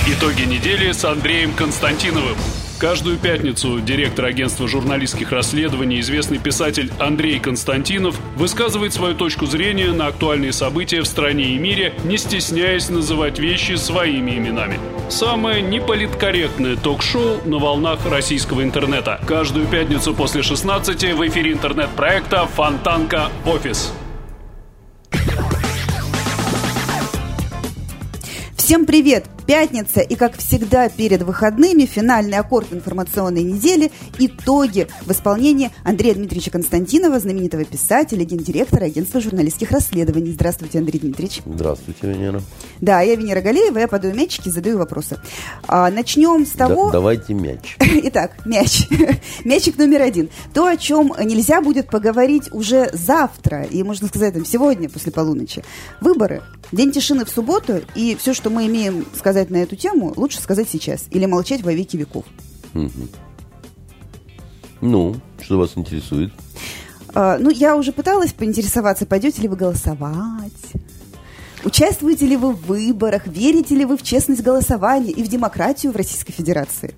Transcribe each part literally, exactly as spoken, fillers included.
Итоги недели с Андреем Константиновым. Каждую пятницу директор агентства журналистских расследований, известный писатель Андрей Константинов, высказывает свою точку зрения на актуальные события в стране и мире, не стесняясь называть вещи своими именами. Самое неполиткорректное ток-шоу на волнах российского интернета. Каждую пятницу после шестнадцати в эфире интернет-проекта «Фонтанка Офис». Всем привет! Пятница и, как всегда, перед выходными финальный аккорд информационной недели – итоги в исполнении Андрея Дмитриевича Константинова, знаменитого писателя, гендиректора агентства журналистских расследований. Здравствуйте, Андрей Дмитриевич. Здравствуйте, Венера. Да, я Венера Галеева, я подаю мячики, задаю вопросы. А, начнем с того… Да, давайте мяч. Итак, мяч. Мячик номер один. То, о чем нельзя будет поговорить уже завтра, и, можно сказать, там, сегодня после полуночи. Выборы. День тишины в субботу, и все, что мы имеем сказать на эту тему, лучше сказать сейчас или молчать во веки веков. Угу. Ну, что вас интересует? А, ну, я уже пыталась поинтересоваться, пойдете ли вы голосовать, участвуете ли вы в выборах, верите ли вы в честность голосования и в демократию в Российской Федерации?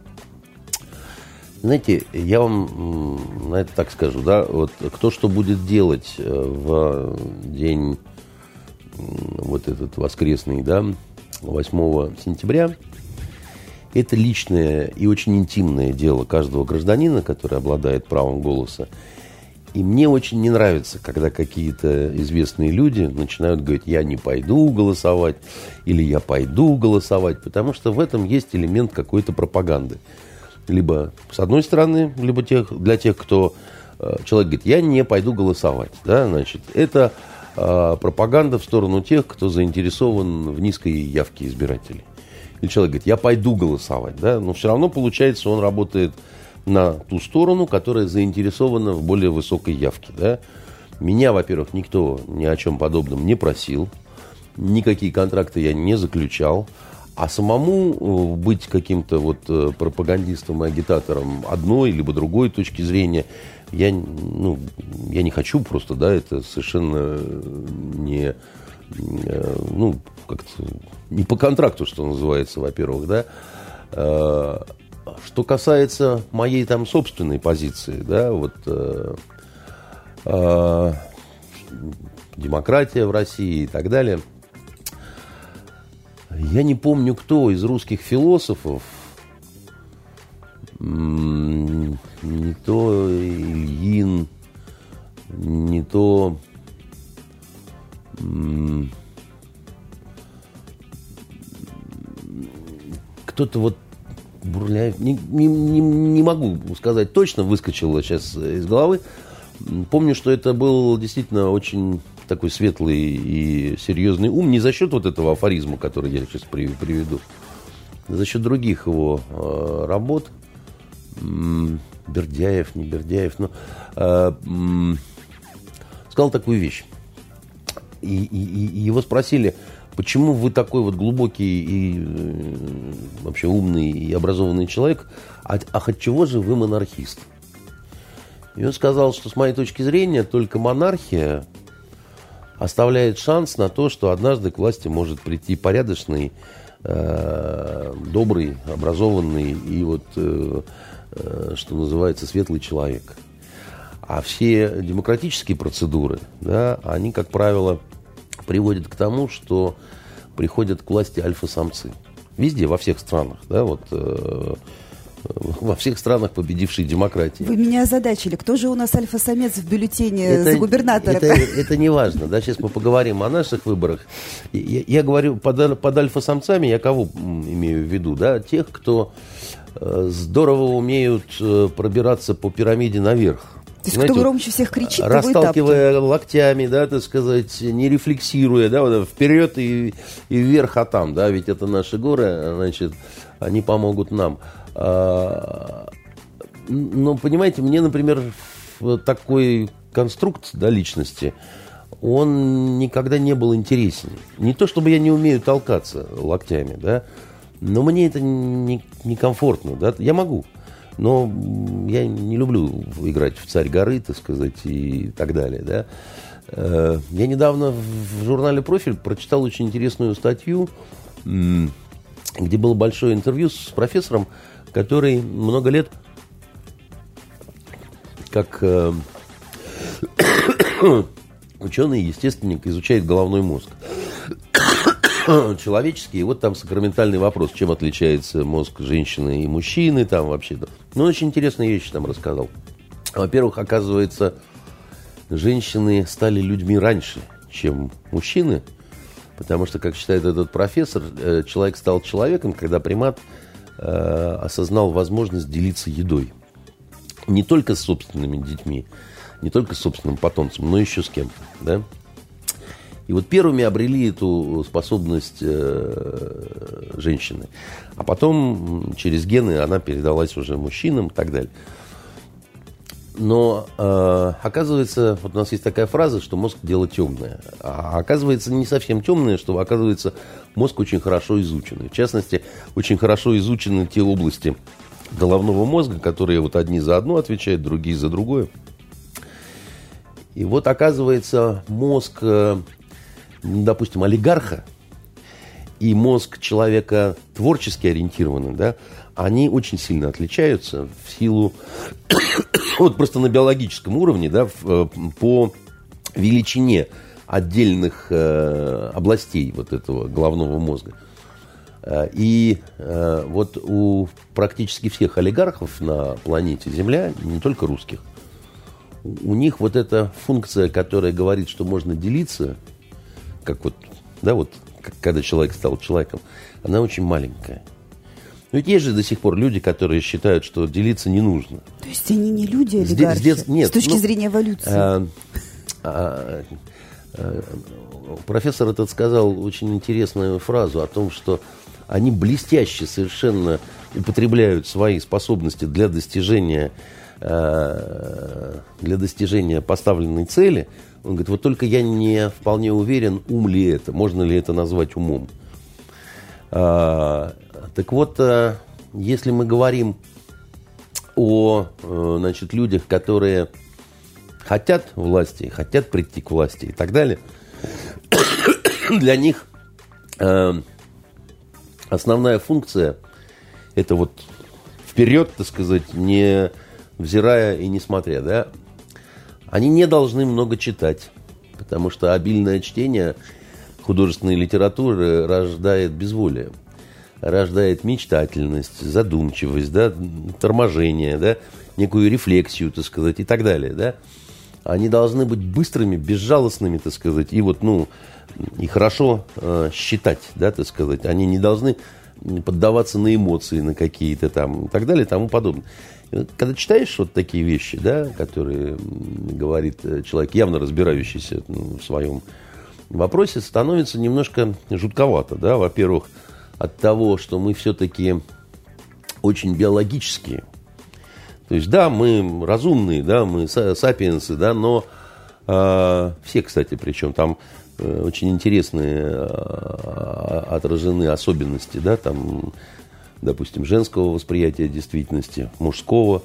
Знаете, я вам на это так скажу, да, вот кто что будет делать в день вот этот воскресный, да, восьмого сентября, это личное и очень интимное дело каждого гражданина, который обладает правом голоса. И мне очень не нравится, когда какие-то известные люди начинают говорить: я не пойду голосовать, или я пойду голосовать, потому что в этом есть элемент какой-то пропаганды. Либо с одной стороны, либо тех, для тех, кто... Человек говорит: я не пойду голосовать. Да, значит, это... пропаганда в сторону тех, кто заинтересован в низкой явке избирателей. Или человек говорит: я пойду голосовать, да, но все равно получается, он работает на ту сторону, которая заинтересована в более высокой явке, да. Меня, во-первых, никто ни о чем подобном не просил, никакие контракты я не заключал, а самому быть каким-то вот пропагандистом и агитатором одной либо другой точки зрения я, ну, я не хочу просто, да, это совершенно не, ну, как-то не по контракту, что называется, во-первых, да. Что касается моей там собственной позиции, да, вот демократия в России и так далее, я не помню, кто из русских философов, не то Ильин, не то кто-то вот Бурляев, не, не, не, не могу сказать точно, выскочило сейчас из головы. Помню, что это был действительно очень такой светлый и серьезный ум, не за счет вот этого афоризма, который я сейчас приведу, а за счет других его э, работ. Бердяев, не Бердяев, но э, э, сказал такую вещь. И, и, и его спросили: почему вы такой вот глубокий и э, вообще умный и образованный человек, а, а от чего же вы монархист? И он сказал, что с моей точки зрения только монархия оставляет шанс на то, что однажды к власти может прийти порядочный, э, добрый, образованный и вот э, что называется, светлый человек. А все демократические процедуры, да, они, как правило, приводят к тому, что приходят к власти альфа-самцы. Везде, во всех странах, да, вот э, во всех странах победившей демократии. Вы меня озадачили. Кто же у нас альфа-самец в бюллетене это, за губернатора? Это, это не важно, да, сейчас мы поговорим о наших выборах. Я, я говорю, под, под альфа-самцами я кого имею в виду, да, тех, кто здорово умеют пробираться по пирамиде наверх. То есть знаете, кто громче всех кричит, расталкивая того локтями, да, так сказать, не рефлексируя, да, вот, вперед и, и вверх, а там, да, ведь это наши горы, значит, они помогут нам. А, но, понимаете, мне, например, такой конструкт, да, личности, он никогда не был интересен. Не то, чтобы я не умею толкаться локтями, да, но мне это некомфортно, не да, я могу. Но я не люблю играть в «Царь горы», так сказать, и так далее, да. Я недавно в журнале «Профиль» прочитал очень интересную статью где было большое интервью с профессором, который много лет как э, ученый, естественник, изучает головной мозг. Человеческий. И вот там сакраментальный вопрос, чем отличается мозг женщины и мужчины. Там вообще. Ну, очень интересные вещи там рассказал. Во-первых, оказывается, женщины стали людьми раньше, чем мужчины. Потому что, как считает этот профессор, человек стал человеком, когда примат э, осознал возможность делиться едой. Не только с собственными детьми, не только с собственным потомством, но еще с кем-то. Да? И вот первыми обрели эту способность э, женщины. А потом через гены она передалась уже мужчинам и так далее. Но э, оказывается, вот у нас есть такая фраза, что мозг – дело темное. А оказывается, не совсем темное, что оказывается, мозг очень хорошо изучен. В частности, очень хорошо изучены те области головного мозга, которые вот одни за одно отвечают, другие за другое. И вот оказывается, мозг, э, допустим, олигарха и мозг человека творчески ориентированного, да, они очень сильно отличаются в силу, вот просто на биологическом уровне, да, в, по величине отдельных э, областей вот этого головного мозга. И э, вот у практически всех олигархов на планете Земля, не только русских, у них вот эта функция, которая говорит, что можно делиться, как вот, да, вот, как, когда человек стал человеком, она очень маленькая. Но ведь есть же до сих пор люди, которые считают, что делиться не нужно. То есть они не люди, олигархи? С, дет... Нет, с точки ну, зрения эволюции? А, а, а, профессор этот сказал очень интересную фразу о том, что они блестяще совершенно употребляют свои способности для достижения, а, для достижения поставленной цели. Он говорит, вот только я не вполне уверен, ум ли это, можно ли это назвать умом. А, так вот, если мы говорим о, значит, людях, которые хотят власти, хотят прийти к власти и так далее, для них основная функция – это вот вперед, так сказать, не взирая и не смотря, да. Они не должны много читать, потому что обильное чтение художественной литературы рождает безволие, рождает мечтательность, задумчивость, да, торможение, да, некую рефлексию, так сказать, и так далее, да. Они должны быть быстрыми, безжалостными, так сказать, и вот, ну, и хорошо э, считать, да, так сказать. Они не должны поддаваться на эмоции, на какие-то там, и так далее, и тому подобное. И вот, когда читаешь вот такие вещи, да, которые говорит человек, явно разбирающийся, ну, в своем вопросе, становится немножко жутковато, да, во-первых, от того, что мы все-таки очень биологические. То есть, да, мы разумные, да, мы сапиенсы, да, но э, все, кстати, причем там э, очень интересные э, отражены особенности, да, там, допустим, женского восприятия действительности, мужского.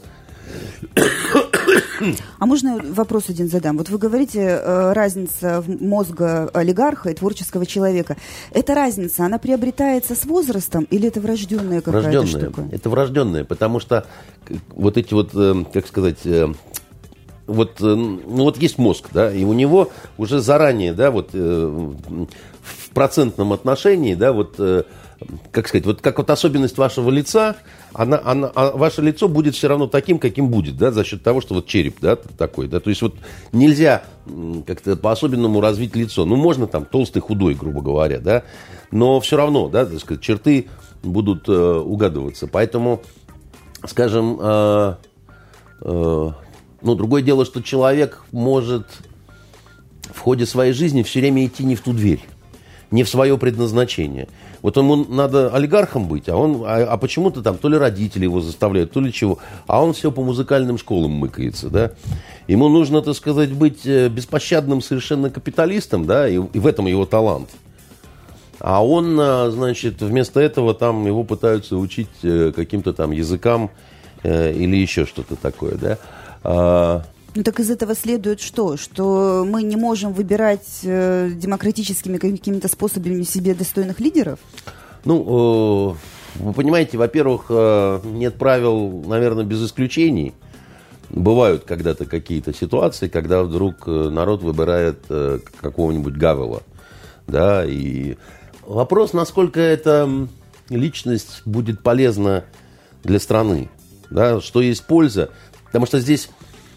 А можно вопрос один задам? Вот вы говорите, э, разница мозга олигарха и творческого человека. Эта разница, она приобретается с возрастом или это врожденная какая-то врожденная. штука? Это врожденная, потому что вот эти вот, э, как сказать, э, вот, э, ну, вот есть мозг, да, и у него уже заранее, да, вот э, в процентном отношении, да, вот, э, как сказать, вот как вот особенность вашего лица, она, она, а ваше лицо будет все равно таким, каким будет, да, за счет того, что вот череп, да, такой, да, то есть вот нельзя как-то по-особенному развить лицо, ну, можно там толстый, худой, грубо говоря, да, но все равно, да, так сказать, черты будут э, угадываться, поэтому, скажем, э, э, ну, другое дело, что человек может в ходе своей жизни все время идти не в ту дверь, не в свое предназначение. Вот ему надо олигархом быть, а он, а, а почему-то там то ли родители его заставляют, то ли чего, а он все по музыкальным школам мыкается, да. Ему нужно, так сказать, быть беспощадным совершенно капиталистом, да, и, и в этом его талант. А он, значит, вместо этого там его пытаются учить каким-то там языкам э, или еще что-то такое, да. А, ну так из этого следует что? Что мы не можем выбирать э, демократическими какими-то способами себе достойных лидеров? Ну, вы понимаете, во-первых, нет правил, наверное, без исключений. Бывают когда-то какие-то ситуации, когда вдруг народ выбирает какого-нибудь Гавела. Да, и вопрос, насколько эта личность будет полезна для страны. Да, что есть польза. Потому что здесь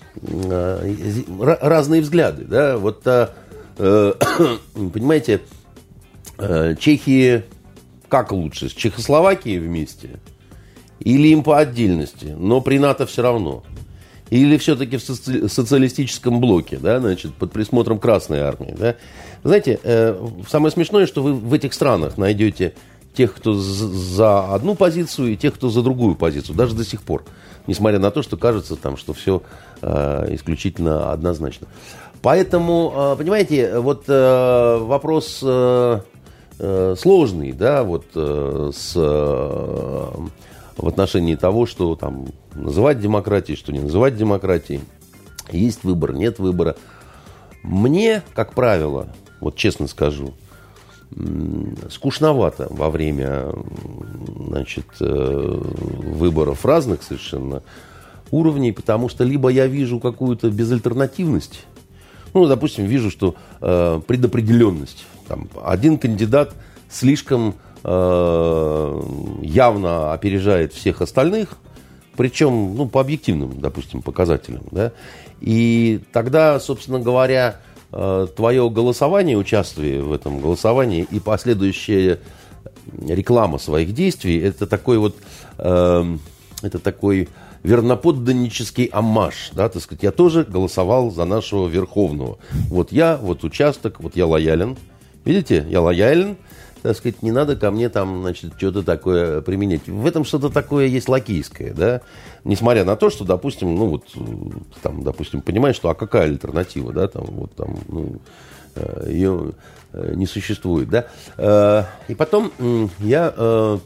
разные взгляды. Да? Вот, понимаете, Чехии как лучше? С Чехословакией вместе? Или им по отдельности? Но при НАТО все равно. Или все-таки в соци- социалистическом блоке, да, значит, под присмотром Красной Армии. Да? Знаете, э, самое смешное, что вы в этих странах найдете тех, кто за одну позицию, и тех, кто за другую позицию, даже до сих пор. Несмотря на то, что кажется, там, что все э, исключительно однозначно. Поэтому, э, понимаете, вот э, вопрос э, э, сложный, да, вот э, с, э, в отношении того, что там называть демократией, что не называть демократией. Есть выбор, нет выбора. Мне, как правило, вот честно скажу, скучновато во время, значит, выборов разных совершенно уровней, потому что либо я вижу какую-то безальтернативность, ну, допустим, вижу, что э, предопределенность. Там, один кандидат слишком э, явно опережает всех остальных, причем, ну, по объективным, допустим, показателям, да, и тогда, собственно говоря, твое голосование, участие в этом голосовании и последующая реклама своих действий, это такой вот, э, это такой верноподданнический оммаж, да, так сказать, я тоже голосовал за нашего Верховного. Вот я, вот участок, вот я лоялен, видите, я лоялен, так сказать, не надо ко мне там, значит, что-то такое применять. В этом что-то такое есть лакейское, да, несмотря на то, что, допустим, ну вот, там, допустим, понимаешь, что, а какая альтернатива, да, там, вот там, ну, ее не существует, да. И потом я,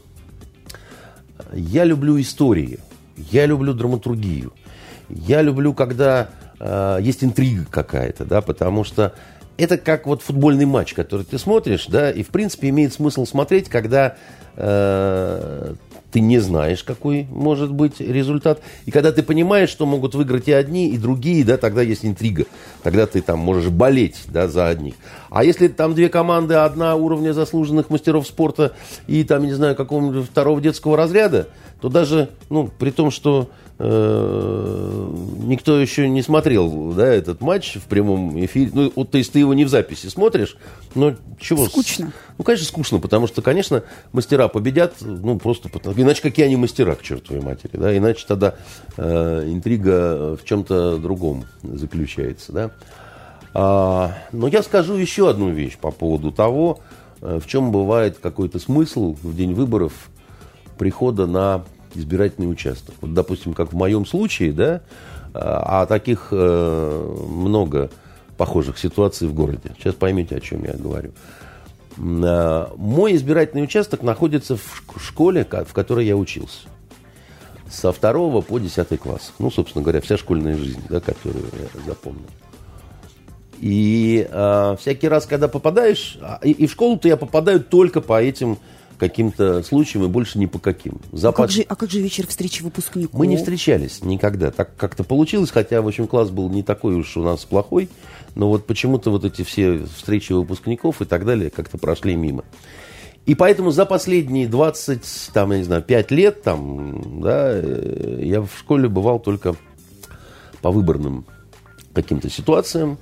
я люблю истории, я люблю драматургию, я люблю, когда есть интрига какая-то, да, потому что это как вот футбольный матч, который ты смотришь, да, и в принципе имеет смысл смотреть, когда э, ты не знаешь, какой может быть результат, и когда ты понимаешь, что могут выиграть и одни, и другие, да, тогда есть интрига, тогда ты там можешь болеть, да, за одних. А если там две команды, одна уровня заслуженных мастеров спорта и там, не знаю, какого-нибудь второго детского разряда, то даже, ну, при том, что э, никто еще не смотрел, да, этот матч в прямом эфире, ну, вот, то есть ты его не в записи смотришь, но чего? Скучно. Ну, конечно, скучно, потому что, конечно, мастера победят, ну, просто потому, иначе какие они мастера, к чертовой матери, да, иначе тогда э, интрига в чем-то другом заключается, да. А, но я скажу еще одну вещь по поводу того, в чем бывает какой-то смысл в день выборов прихода на избирательный участок. Вот, допустим, как в моем случае, да, а таких э, много похожих ситуаций в городе. Сейчас поймете, о чем я говорю. Э, мой избирательный участок находится в школе, в которой я учился. Со второго по десятый класс. Ну, собственно говоря, вся школьная жизнь, да, которую я запомнил. И э, всякий раз, когда попадаешь, и, и в школу-то я попадаю только по этим каким-то случаям и больше ни по каким. Запад... А, как же, а как же вечер встречи выпускников? Мы не встречались никогда. Так как-то получилось, хотя, в общем, класс был не такой уж у нас плохой, но вот почему-то вот эти все встречи выпускников и так далее как-то прошли мимо. И поэтому за последние двадцать, там, я не знаю, пять лет, там, да, я в школе бывал только по выборным каким-то ситуациям.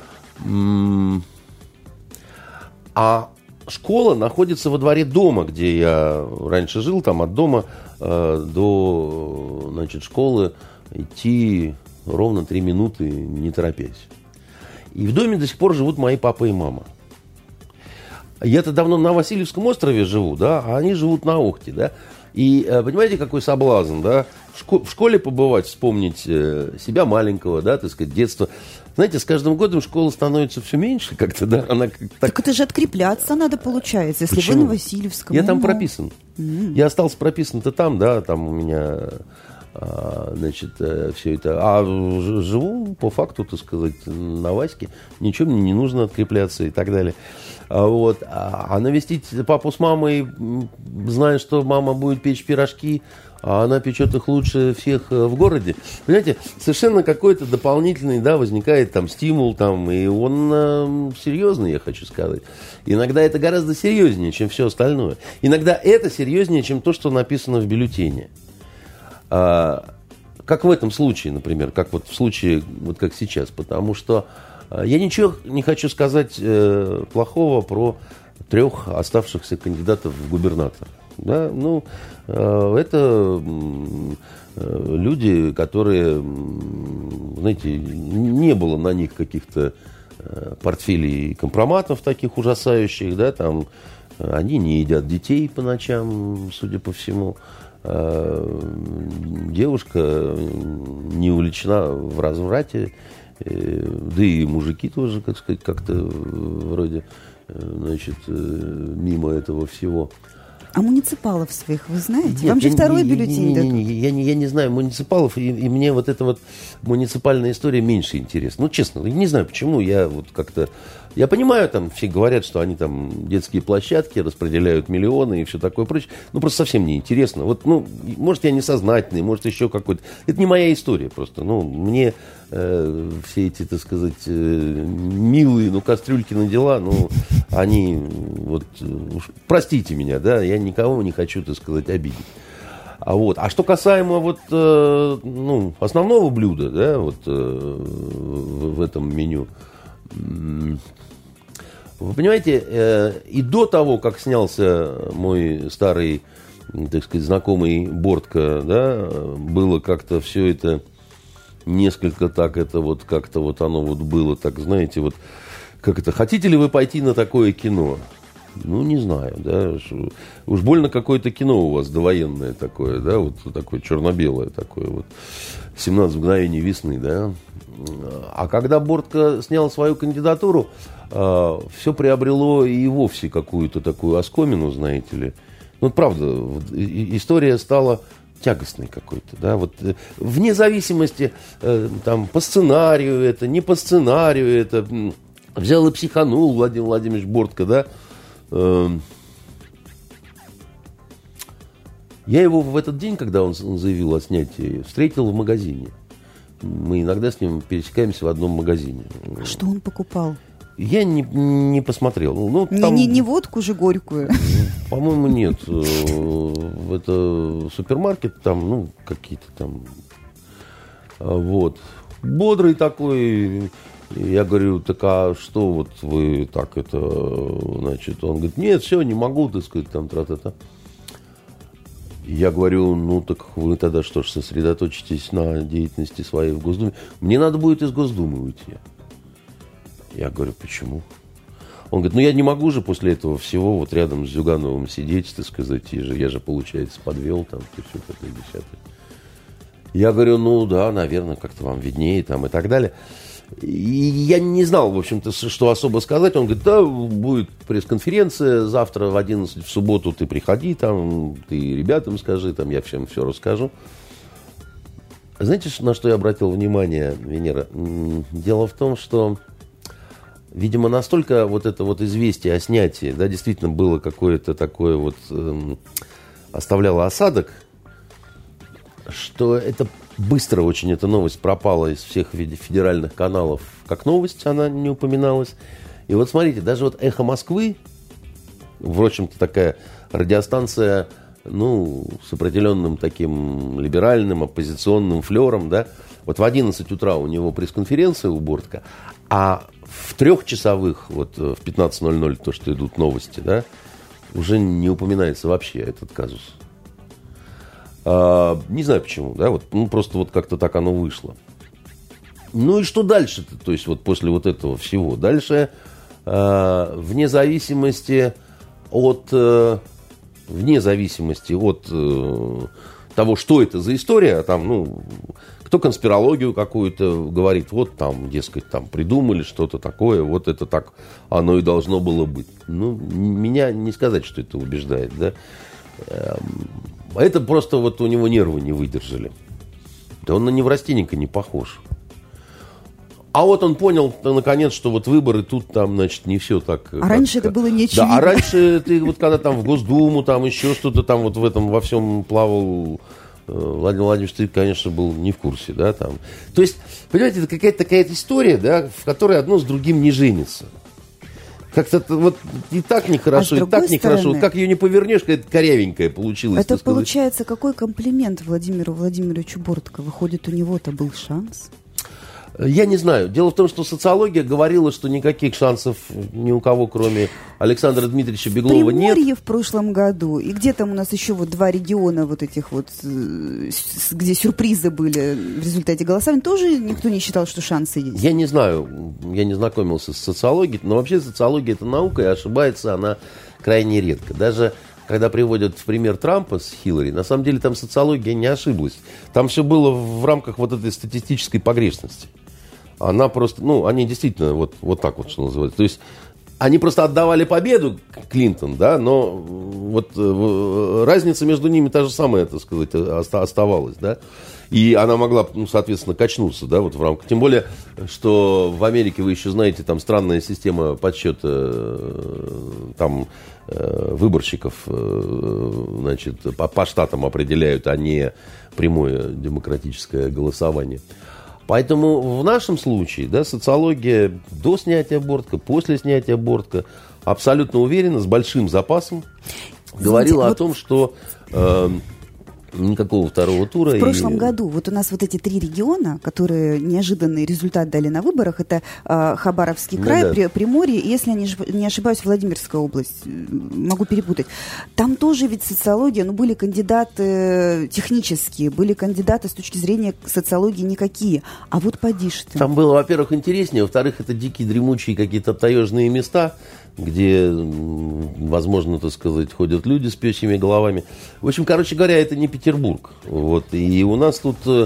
А школа находится во дворе дома, где я раньше жил, там от дома э, до, значит, школы идти ровно три минуты, не торопясь. И в доме до сих пор живут мои папа и мама. Я-то давно на Васильевском острове живу, да, а они живут на Охте, да. И э, понимаете, какой соблазн, да, в, шко- в школе побывать, вспомнить э, себя маленького, да, так сказать, детство. Знаете, с каждым годом школа становится все меньше как-то, да. Она как, так... так это же открепляться надо, получается, если Почему? Вы на Васильевском. Я ну, там ну. прописан. Mm-hmm. Я остался прописан-то там, да, там у меня, а, значит, все это. А живу по факту, так сказать, на Ваське. Ничего мне не нужно открепляться и так далее. Вот. А навестить папу с мамой, зная, что мама будет печь пирожки, а она печет их лучше всех в городе. Понимаете, совершенно какой-то дополнительный, да, возникает там стимул, там, и он э, серьезный, я хочу сказать. Иногда это гораздо серьезнее, чем все остальное. Иногда это серьезнее, чем то, что написано в бюллетене. А, как в этом случае, например, как вот в случае, вот как сейчас. Потому что э, я ничего не хочу сказать э, плохого про трех оставшихся кандидатов в губернаторы. Да, ну, э, это э, люди, которые, знаете, не было на них каких-то э, портфелей и компроматов таких ужасающих, да, там, э, они не едят детей по ночам, судя по всему. Э, девушка не увлечена в разврате, э, да и мужики тоже, как сказать, как-то вроде, э, значит, э, мимо этого всего. А муниципалов своих вы знаете? Нет, Вам же я, второй не, бюллетень не, дадут. Не, не, я, не, я не знаю муниципалов, и, и мне вот эта вот муниципальная история меньше интересна. Ну, честно, не знаю почему, я вот как-то... Я понимаю, там все говорят, что они там детские площадки распределяют миллионы и все такое прочее. Ну, просто совсем не интересно. Вот, ну, может, я несознательный, может, еще какой-то... Это не моя история просто. Ну, мне э, все эти, так сказать, э, милые, ну, кастрюлькины дела, ну, они вот... Уж, простите меня, да, я никого не хочу, так сказать, обидеть. А, вот. А что касаемо вот, э, ну, основного блюда, да, вот э, в, в этом меню... Вы понимаете, э, и до того, как снялся мой старый, так сказать, знакомый Бортко, да, было как-то все это несколько так, это вот как-то вот оно вот было, так, знаете, вот, как это, хотите ли вы пойти на такое кино? Ну, не знаю, да, уж больно какое-то кино у вас довоенное такое, да, вот такое черно-белое такое вот, семнадцать мгновений весны, да. А когда Бортко снял свою кандидатуру, э, все приобрело и вовсе какую-то такую оскомину, знаете ли. Ну, правда, история стала тягостной какой-то, да, вот вне зависимости, э, там, по сценарию это, не по сценарию это, взял и психанул Владимир Владимирович Бортко, да. Э, я его в этот день, когда он заявил о снятии, встретил в магазине. Мы иногда с ним пересекаемся в одном магазине. Что он покупал? Я не, не посмотрел. Ну, там, не, не, не водку же горькую? По-моему, нет. Это супермаркет, там, ну, какие-то там. Вот. Бодрый такой. Я говорю, так а что вот вы так это, значит, он говорит, нет, все, не могу, так сказать, там, тра-та-та. Я говорю, ну так вы тогда что ж, сосредоточитесь на деятельности своей в Госдуме. Мне надо будет из Госдумы уйти. Я говорю, почему? Он говорит, ну я не могу же после этого всего вот рядом с Зюгановым сидеть, так сказать, и же, я же, получается, подвел там, и все, пятое, десятое. Я говорю, ну да, наверное, как-то вам виднее там и так далее. И я не знал, в общем-то, что особо сказать. Он говорит, да, будет пресс-конференция завтра в одиннадцать, в субботу ты приходи, там, ты ребятам скажи, там, я всем все расскажу. Знаете, на что я обратил внимание, Венера? Дело в том, что, видимо, настолько вот это вот известие о снятии, да, действительно было какое-то такое вот, эм, оставляло осадок, что это быстро очень эта новость пропала из всех федеральных каналов. Как новость она не упоминалась. И вот смотрите, даже вот «Эхо Москвы», в общем-то такая радиостанция, ну, с определенным таким либеральным, оппозиционным флером, да, вот в одиннадцать утра у него пресс-конференция у Бортко, а в трехчасовых, вот в пятнадцать ноль ноль, то, что идут новости, да, уже не упоминается вообще этот казус. А, не знаю почему, да, вот, ну, просто вот как-то так оно вышло. Ну и что дальше-то, то есть вот после вот этого всего? Дальше, а, вне зависимости от, а, вне зависимости от а, того, что это за история, там, ну, кто конспирологию какую-то говорит, вот там, дескать, там придумали что-то такое, вот это так оно и должно было быть. Ну, меня не сказать, что это убеждает, да. Это просто вот у него нервы не выдержали. Да он на неврастенника не похож. А вот он понял, наконец, что вот выборы тут там, значит, не все так... А раньше это было не очевидно. Да, а раньше ты вот когда там в Госдуму, там еще что-то там вот в этом во всем плавал, Владимир Владимирович, ты, конечно, был не в курсе, да, там. То есть, понимаете, это какая-то такая история, да, в которой одно с другим не женится. Как-то вот и так нехорошо, а и так нехорошо. Как ее не повернешь, какая-то корявенькая получилась. Это получается, какой комплимент Владимиру Владимировичу Бортко. Выходит, у него-то был шанс? Я не знаю. Дело в том, что социология говорила, что никаких шансов ни у кого, кроме Александра Дмитриевича Беглова, нет. В Приморье в прошлом году, и где там у нас еще вот два региона вот этих вот, где сюрпризы были в результате голосования, тоже никто не считал, что шансы есть? Я не знаю, я не знакомился с социологией, но вообще социология – это наука, и ошибается она крайне редко. Даже когда приводят в пример Трампа с Хиллари, на самом деле там социология не ошиблась. Там все было в рамках вот этой статистической погрешности. Она просто, ну, они действительно вот, вот так вот, что называется. То есть они просто отдавали победу Клинтон, да, но вот э, разница между ними та же самая, так сказать, оставалась, да. И она могла, ну, соответственно, качнуться, да, вот в рамках. Тем более, что в Америке, вы еще знаете, там странная система подсчета э, там э, выборщиков, э, значит, по, по штатам определяют, а не прямое демократическое голосование. Поэтому в нашем случае, да, социология до снятия Бортко, после снятия Бортко абсолютно уверенно, с большим запасом говорила Знаете, о том, что э, никакого второго тура. В и... прошлом году вот у нас вот эти три региона, которые неожиданный результат дали на выборах, это э, Хабаровский край, ну, да. Приморье, и, если я не ошибаюсь, Владимирская область, могу перепутать. Там тоже ведь социология, ну, были кандидаты технические, были кандидаты с точки зрения социологии никакие. А вот поди ж ты. Там было, во-первых, интереснее, во-вторых, это дикие, дремучие какие-то таежные места, где, возможно, так сказать, ходят люди с пёсьими головами. В общем, короче говоря, это не Петербург. Вот. И у нас тут э,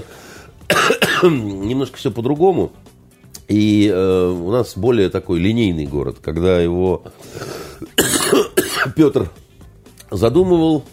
немножко все по-другому. И э, у нас более такой линейный город. Когда его Петр задумывал,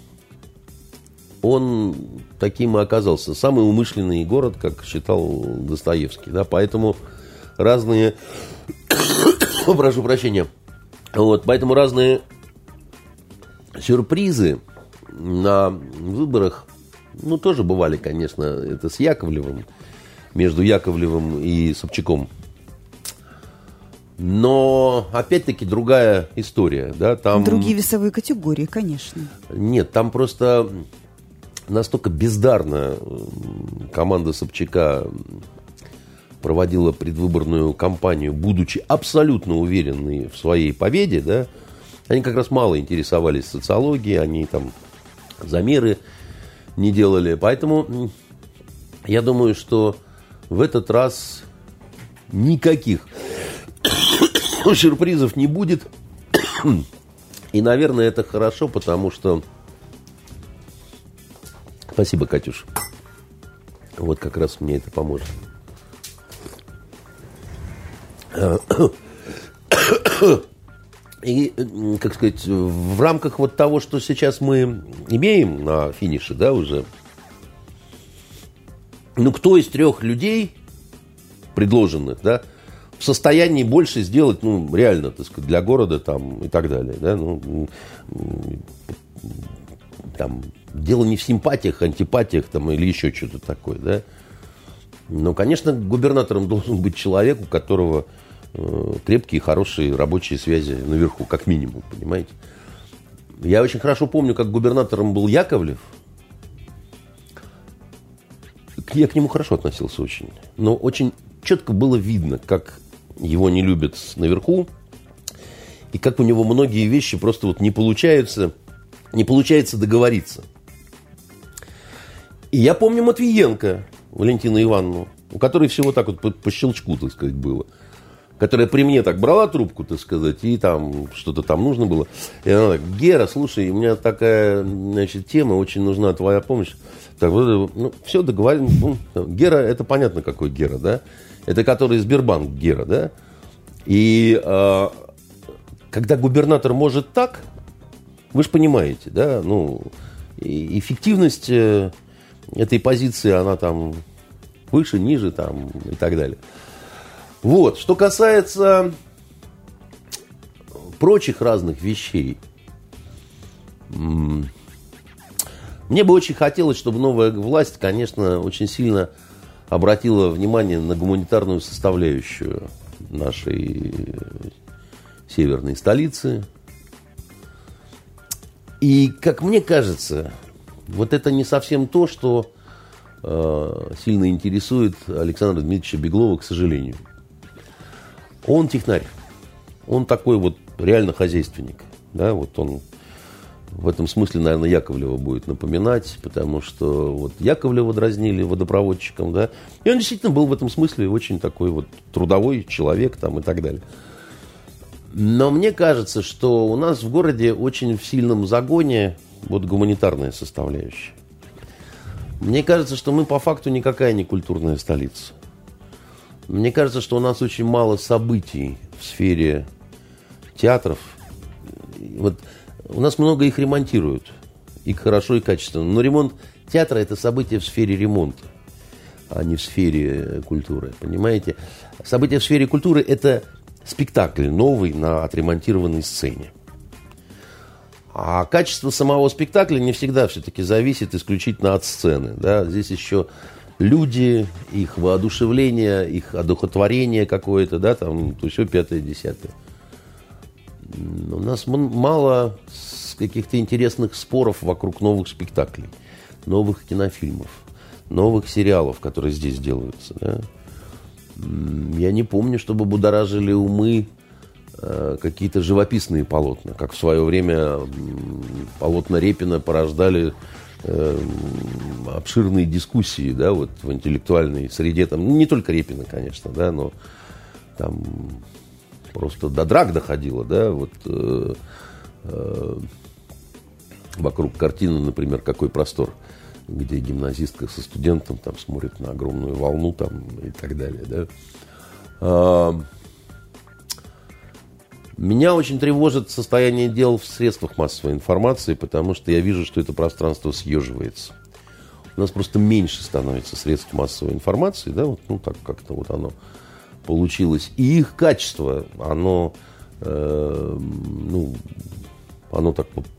он таким и оказался. Самый умышленный город, как считал Достоевский. Да? Поэтому разные... Прошу прощения. Вот, поэтому разные сюрпризы на выборах, ну, тоже бывали, конечно, это с Яковлевым, между Яковлевым и Собчаком. Но, опять-таки, другая история, да, там... Другие весовые категории, конечно. Нет, там просто настолько бездарно команда Собчака проводила предвыборную кампанию, будучи абсолютно уверенной в своей победе, да, они как раз мало интересовались социологией, они там замеры не делали. Поэтому я думаю, что в этот раз никаких сюрпризов не будет. И, наверное, это хорошо, потому что... Спасибо, Катюш. Вот как раз мне это поможет. И, как сказать, в рамках вот того, что сейчас мы имеем на финише, да, уже, ну, кто из трех людей, предложенных, да, в состоянии больше сделать, ну, реально, так сказать, для города там и так далее, да, ну, там, дело не в симпатиях, антипатиях там или еще что-то такое, да. Но, конечно, губернатором должен быть человек, у которого э, крепкие, хорошие рабочие связи наверху, как минимум, понимаете. Я очень хорошо помню, как губернатором был Яковлев. Я к нему хорошо относился очень. Но очень четко было видно, как его не любят наверху, и как у него многие вещи просто вот не получаются, не получается договориться. И я помню Матвиенко, Валентину Ивановну, у которой всего так вот по, по щелчку, так сказать, было. Которая при мне так брала трубку, так сказать, и там что-то там нужно было. И она так: Гера, слушай, у меня такая, значит, тема, очень нужна твоя помощь. Так, вот, ну, все договорено. Ну, Гера, это понятно, какой Гера, да? Это который Сбербанк Гера, да? И э, когда губернатор может так, вы же понимаете, да? Ну, и эффективность... Э, этой позиции, она там выше, ниже там, и так далее. Вот, что касается прочих разных вещей, мне бы очень хотелось, чтобы новая власть, конечно, очень сильно обратила внимание на гуманитарную составляющую нашей северной столицы. И, как мне кажется, вот это не совсем то, что э, сильно интересует Александра Дмитриевича Беглова, к сожалению. Он технарь. Он такой вот реально хозяйственник. Да, вот он в этом смысле, наверное, Яковлева будет напоминать, потому что вот Яковлева дразнили водопроводчиком, да, и он действительно был в этом смысле очень такой вот трудовой человек там и так далее. Но мне кажется, что у нас в городе очень в сильном загоне вот гуманитарная составляющая. Мне кажется, что мы по факту никакая не культурная столица. Мне кажется, что у нас очень мало событий в сфере театров. Вот у нас много их ремонтируют. И хорошо, и качественно. Но ремонт театра – это событие в сфере ремонта, а не в сфере культуры. Понимаете? Событие в сфере культуры – это спектакль новый на отремонтированной сцене. А качество самого спектакля не всегда все-таки зависит исключительно от сцены. Да? Здесь еще люди, их воодушевление, их одухотворение какое-то, да, там, то все пятое, десятое. У нас мало каких-то интересных споров вокруг новых спектаклей, новых кинофильмов, новых сериалов, которые здесь делаются. Да? Я не помню, чтобы будоражили умы э, какие-то живописные полотна, как в свое время э, полотна Репина порождали э, обширные дискуссии, да, вот в интеллектуальной среде, там, не только Репина, конечно, да, но там просто до драк доходило, да, вот э, э, вокруг картины, например, «Какой простор», где гимназистка со студентом там смотрит на огромную волну там, и так далее. Да? А, меня очень тревожит состояние дел в средствах массовой информации, потому что я вижу, что это пространство съеживается. У нас просто меньше становится средств массовой информации, да, вот, ну так как-то вот оно получилось. И их качество, оно, э, ну, оно так вот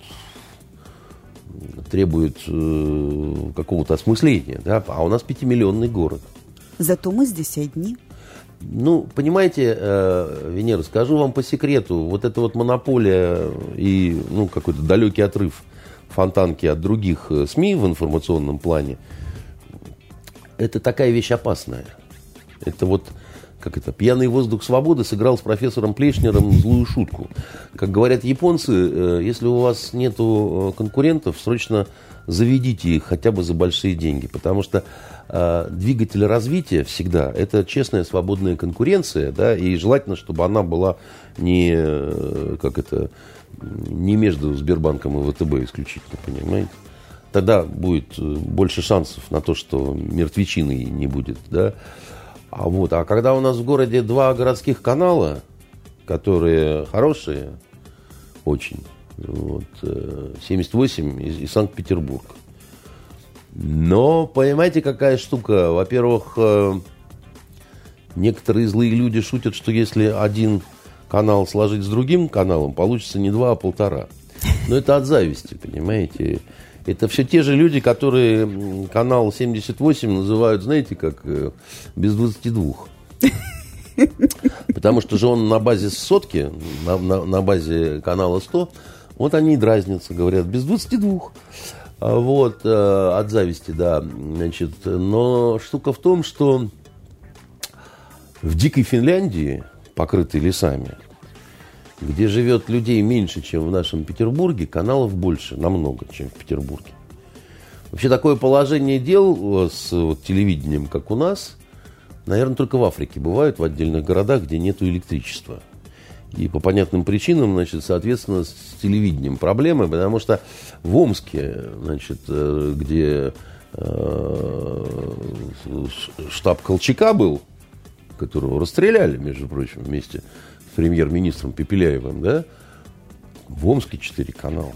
требует э, какого-то осмысления, да? А у нас пятимиллионный город. Зато мы здесь одни. Ну, понимаете, э, Венера, скажу вам по секрету, вот эта вот монополия и ну, какой-то далекий отрыв Фонтанки от других СМИ в информационном плане, это такая вещь опасная. Это вот, как это, пьяный воздух свободы сыграл с профессором Плешнером злую шутку. Как говорят японцы, если у вас нету конкурентов, срочно заведите их хотя бы за большие деньги. Потому что э, двигатель развития всегда это честная свободная конкуренция, да, и желательно, чтобы она была не, как это, не между Сбербанком и ВТБ исключительно, понимаете? Тогда будет больше шансов на то, что мертвечины не будет, да. А, вот, а когда у нас в городе два городских канала, которые хорошие, очень, вот, семьдесят восемь и, и Санкт-Петербург. Но, понимаете, какая штука? Во-первых, некоторые злые люди шутят, что если один канал сложить с другим каналом, получится не два, а полтора. Но это от зависти, понимаете? Это все те же люди, которые канал семьдесят восемь называют, знаете, как без двадцати двух. Потому что же он на базе сотки, на, на, на базе канала сто, вот они и дразнятся, говорят, без двадцати двух. Вот, от зависти, да. Значит, но штука в том, что в дикой Финляндии, покрытой лесами, где живет людей меньше, чем в нашем Петербурге, каналов больше, намного, чем в Петербурге. Вообще такое положение дел с вот, телевидением, как у нас, наверное, только в Африке бывает, в отдельных городах, где нет электричества. И по понятным причинам, значит, соответственно, с телевидением проблемы, потому что в Омске, значит, где э, штаб Колчака был, которого расстреляли, между прочим, вместе с премьер-министром Пепеляевым, да, в Омске четыре канала.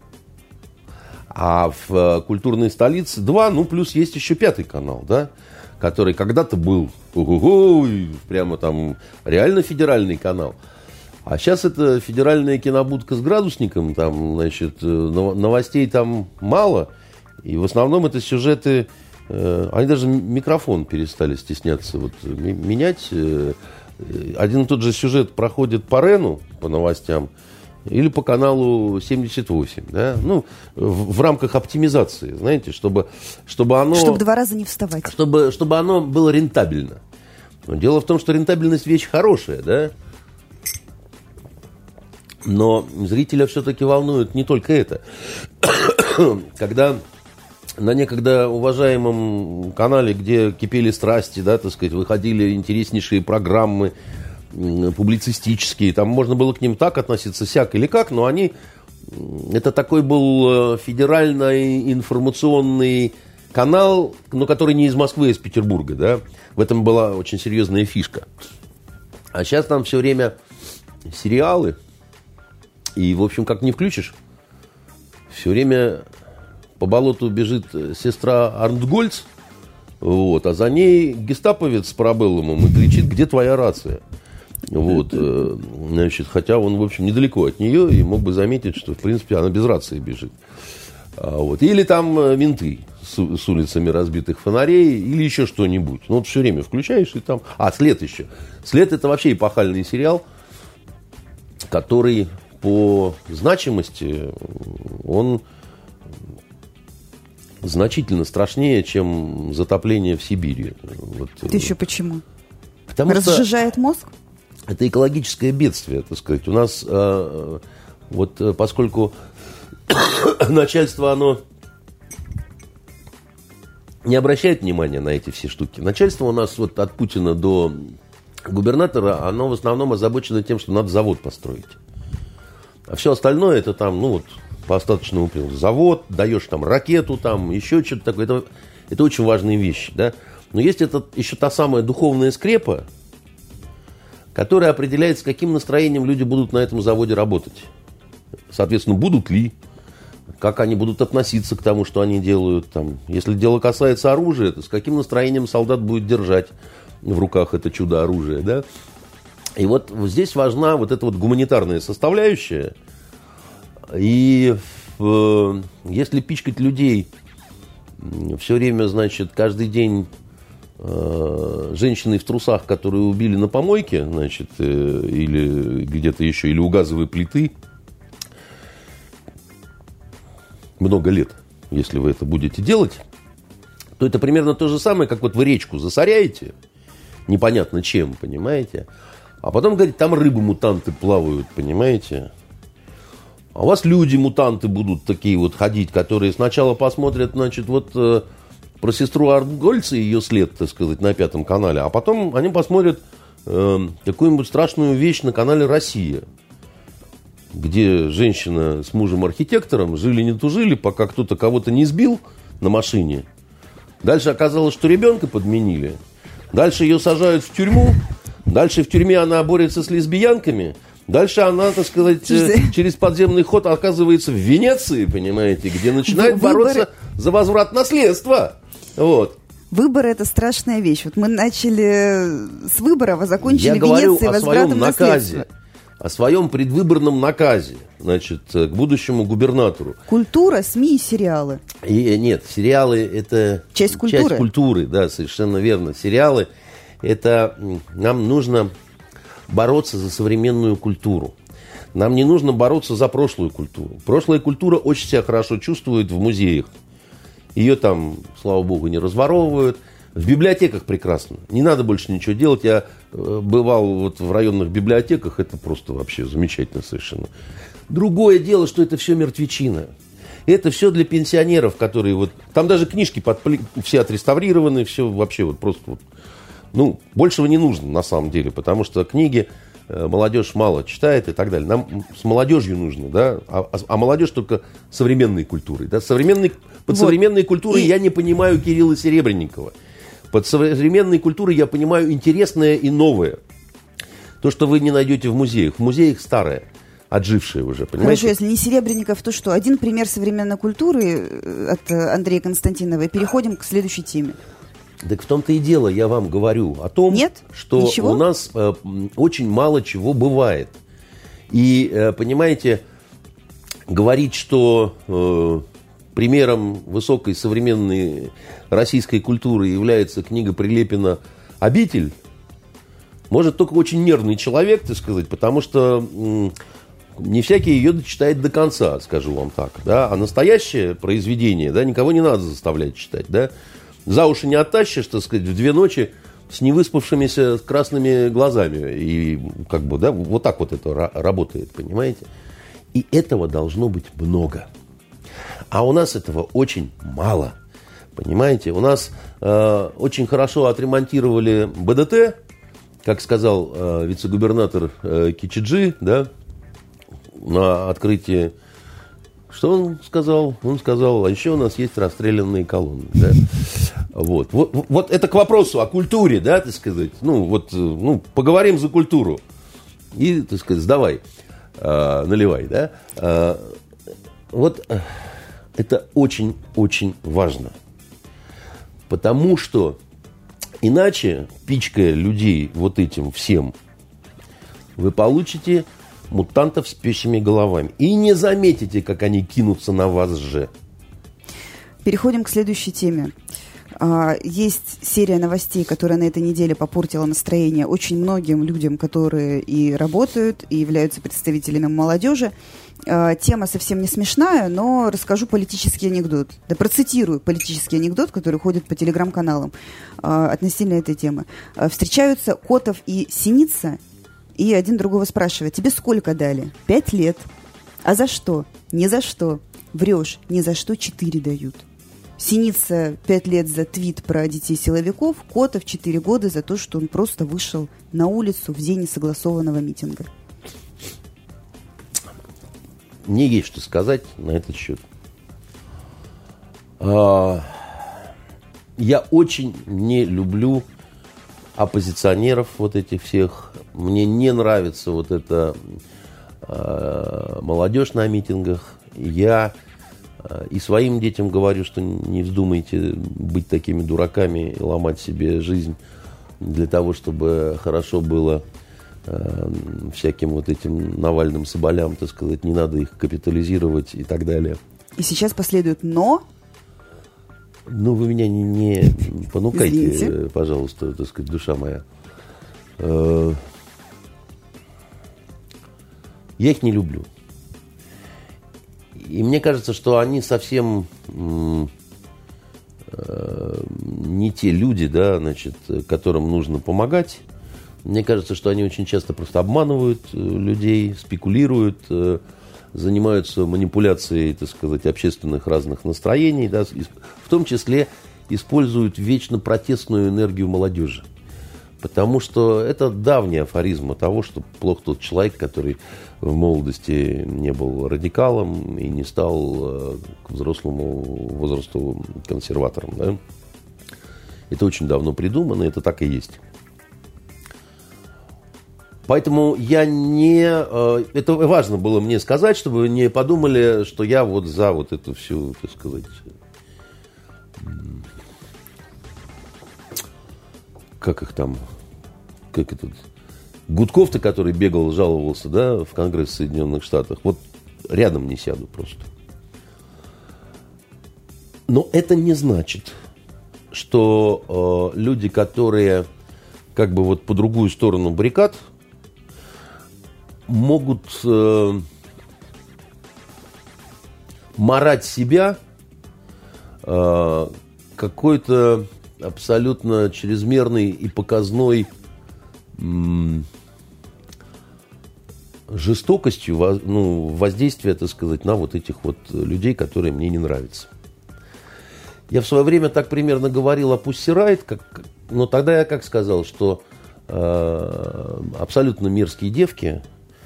А в культурной столице два, ну, плюс есть еще пятый канал, да, который когда-то был ого-го, прямо там реально федеральный канал. А сейчас это федеральная кинобудка с градусником, там, значит, новостей там мало, и в основном это сюжеты, э, они даже микрофон перестали стесняться вот, менять. Один и тот же сюжет проходит по РЕНу, по новостям, или по каналу семьдесят восемь, да? Ну, в, в рамках оптимизации, знаете, чтобы, чтобы оно... Чтобы два раза не вставать. Чтобы, чтобы оно было рентабельно. Но дело в том, что рентабельность вещь хорошая, да? Но зрителя все-таки волнует не только это. Когда на некогда уважаемом канале, где кипели страсти, да, так сказать, выходили интереснейшие программы публицистические, там можно было к ним так относиться, сяк или как, но они... Это такой был федеральный информационный канал, но который не из Москвы, а из Петербурга, да. В этом была очень серьезная фишка. А сейчас там все время сериалы. И, в общем, как не включишь, все время по болоту бежит сестра Арнтгольц, вот, а за ней гестаповец с парабеллумом и кричит: где твоя рация? Вот, значит, хотя он, в общем, недалеко от нее и мог бы заметить, что, в принципе, она без рации бежит. А вот. Или там менты с, с улицами разбитых фонарей, или еще что-нибудь. Ну, вот все время включаешь, и там... А, «След» еще. «След» — это вообще эпохальный сериал, который... По значимости он значительно страшнее, чем затопление в Сибири. Вот. Это еще почему? Потому Разжижает что мозг? Это экологическое бедствие, так сказать. У нас, э, вот поскольку начальство, оно не обращает внимания на эти все штуки. Начальство у нас вот от Путина до губернатора, оно в основном озабочено тем, что надо завод построить. А все остальное это там, ну вот, по остаточному принципу. Завод, даешь там ракету, там еще что-то такое. Это, это очень важные вещи, да. Но есть это, еще та самая духовная скрепа, которая определяет, с каким настроением люди будут на этом заводе работать. Соответственно, будут ли, как они будут относиться к тому, что они делают. Там. Если дело касается оружия, то с каким настроением солдат будет держать в руках это чудо-оружие, да. И вот здесь важна вот эта вот гуманитарная составляющая. И э, если пичкать людей все время, значит, каждый день э, женщиной в трусах, которые убили на помойке, значит, э, или где-то еще, или у газовой плиты, много лет, если вы это будете делать, то это примерно то же самое, как вот вы речку засоряете, непонятно чем, понимаете? А потом, говорит, там рыбы-мутанты плавают, понимаете? А у вас люди-мутанты будут такие вот ходить, которые сначала посмотрят, значит, вот э, про сестру Арнтгольца и ее след, так сказать, на Пятом канале, а потом они посмотрят э, какую-нибудь страшную вещь на канале «Россия», где женщина с мужем-архитектором жили не тужили, пока кто-то кого-то не сбил на машине. Дальше оказалось, что ребенка подменили. Дальше ее сажают в тюрьму. Дальше в тюрьме она борется с лесбиянками. Дальше она, так сказать, через подземный ход оказывается в Венеции, понимаете, где начинает Выборы... бороться за возврат наследства. Вот. Выборы – это страшная вещь. Вот мы начали с выборов, а закончили Я Венецией возвратом наследства. О своем предвыборном наказе, значит, к будущему губернатору. Культура, СМИ и сериалы. И, нет, сериалы – это часть культуры. часть культуры, да, совершенно верно. Сериалы – это нам нужно бороться за современную культуру. Нам не нужно бороться за прошлую культуру. Прошлая культура очень себя хорошо чувствует в музеях. Ее там, слава богу, не разворовывают. В библиотеках прекрасно. Не надо больше ничего делать. Я бывал вот в районных библиотеках. Это просто вообще замечательно совершенно. Другое дело, что это все мертвечина. Это все для пенсионеров, которые вот... Там даже книжки подпли... все отреставрированы, все вообще вот просто вот... Ну, большего не нужно, на самом деле, потому что книги э, молодежь мало читает и так далее. Нам с молодежью нужно, да, а, а молодежь только современной культурой. Да? Современной, под вот. современной культурой и... я не понимаю Кирилла Серебренникова. Под современной культурой я понимаю интересное и новое. То, что вы не найдете в музеях. В музеях старое, отжившее уже, понимаете? Хорошо, если не Серебренников, то что? Один пример современной культуры от Андрея Константинова. И переходим к следующей теме. Так в том-то и дело, я вам говорю о том, Нет? что Ничего? у нас э, очень мало чего бывает. И, э, понимаете, говорить, что э, примером высокой современной российской культуры является книга Прилепина «Обитель», может только очень нервный человек, так сказать, потому что м, не всякий ее дочитает до конца, скажу вам так. Да? А настоящее произведение, да, никого не надо заставлять читать, да. За уши не оттащишь, так сказать, в две ночи с невыспавшимися красными глазами. И как бы, да, вот так вот это работает, понимаете? И этого должно быть много. А у нас этого очень мало, понимаете? У нас э, очень хорошо отремонтировали БДТ, как сказал э, вице-губернатор э, Кичиджи, да, на открытии. Что он сказал? Он сказал, а еще у нас есть расстрелянные колонны. Да? Вот. Вот, вот это к вопросу о культуре, да, так сказать. Ну, вот, ну, поговорим за культуру. И, так сказать, сдавай, э, наливай, да. Э, вот э, это очень-очень важно. Потому что иначе, пичкая людей вот этим всем, вы получите мутантов с пещими головами. И не заметите, как они кинутся на вас же. Переходим к следующей теме. Есть серия новостей, которая на этой неделе попортила настроение очень многим людям, которые и работают, и являются представителями молодежи. Тема совсем не смешная, но расскажу политический анекдот. Да процитирую политический анекдот, который ходит по телеграм-каналам относительно этой темы. Встречаются Котов и Синица, и один другого спрашивает: тебе сколько дали? Пять лет. А за что? Ни за что. Врешь, ни за что четыре дают. Синица пять лет за твит про детей-силовиков, Котов четыре года за то, что он просто вышел на улицу в день несогласованного митинга. Мне есть что сказать на этот счет. Я очень не люблю оппозиционеров вот этих всех. Мне не нравится вот эта молодежь на митингах. Я и своим детям говорю, что не вздумайте быть такими дураками и ломать себе жизнь для того, чтобы хорошо было э, всяким вот этим Навальным соболям, так сказать, не надо их капитализировать и так далее. И сейчас последует «но». Ну, вы меня не, не понукайте, Извините. Пожалуйста, так сказать, душа моя. Э, я их не люблю. И мне кажется, что они совсем э, не те люди, да, значит, которым нужно помогать. Мне кажется, что они очень часто просто обманывают людей, спекулируют, э, занимаются манипуляцией, так сказать, общественных разных настроений, да, в том числе используют вечно протестную энергию молодежи. Потому что это давний афоризм того, что плох тот человек, который в молодости не был радикалом и не стал к взрослому возрасту консерватором. Да? Это очень давно придумано, это так и есть. Поэтому я не... Это важно было мне сказать, чтобы вы не подумали, что я вот за вот эту всю, так сказать... Как их там, как этот, Гудков-то, который бегал, жаловался, да, в Конгресс Соединенных Штатов, вот рядом не сяду просто. Но это не значит, что э, люди, которые как бы вот по другую сторону баррикад, могут э, марать себя э, какой-то абсолютно чрезмерной и показной м- жестокостью, ну, воздействия, так сказать, на вот этих вот людей, которые мне не нравятся. Я в свое время так примерно говорил о Pussy Riot, как, но тогда я как сказал, что э, абсолютно мерзкие девки,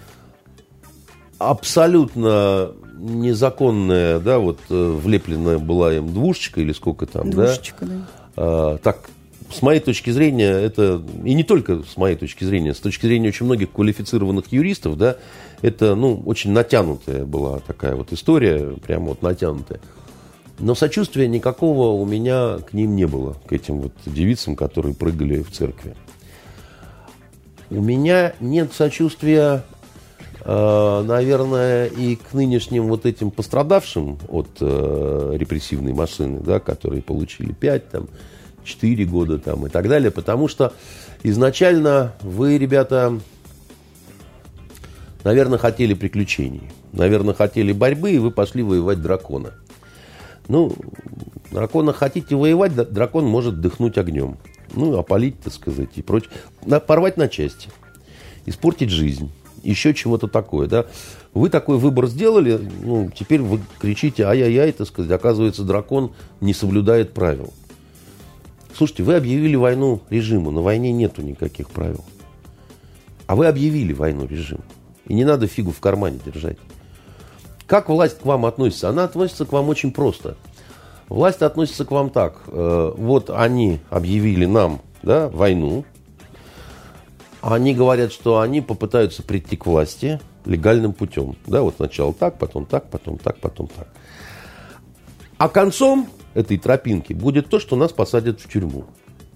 абсолютно незаконная, да, вот влепленная была им двушечка или сколько там, Двушечка, да. да. А, так, с моей точки зрения, это, и не только с моей точки зрения, с точки зрения очень многих квалифицированных юристов, да, это, ну, очень натянутая была такая вот история, прямо вот натянутая. Но сочувствия никакого у меня к ним не было, к этим вот девицам, которые прыгали в церкви. У меня нет сочувствия, э, наверное, и к нынешним вот этим пострадавшим от э, репрессивной машины, да, которые получили пять, там, четыре года там, и так далее, потому что изначально вы, ребята, наверное, хотели приключений, наверное, хотели борьбы, и вы пошли воевать дракона. Ну, дракона хотите воевать, дракон может дыхнуть огнем. Ну, опалить, так сказать, и прочее. Порвать на части. Испортить жизнь. Еще чего-то такое, да. Вы такой выбор сделали, ну, теперь вы кричите ай-яй-яй, так сказать, оказывается, дракон не соблюдает правил. Слушайте, вы объявили войну режиму, на войне нету никаких правил. А вы объявили войну режиму. И не надо фигу в кармане держать. Как власть к вам относится? Она относится к вам очень просто. Власть относится к вам так. Э, вот они объявили нам, да, войну. Они говорят, что они попытаются прийти к власти легальным путем. Да, вот сначала так, потом так, потом так, потом так. А концом этой тропинки будет то, что нас посадят в тюрьму.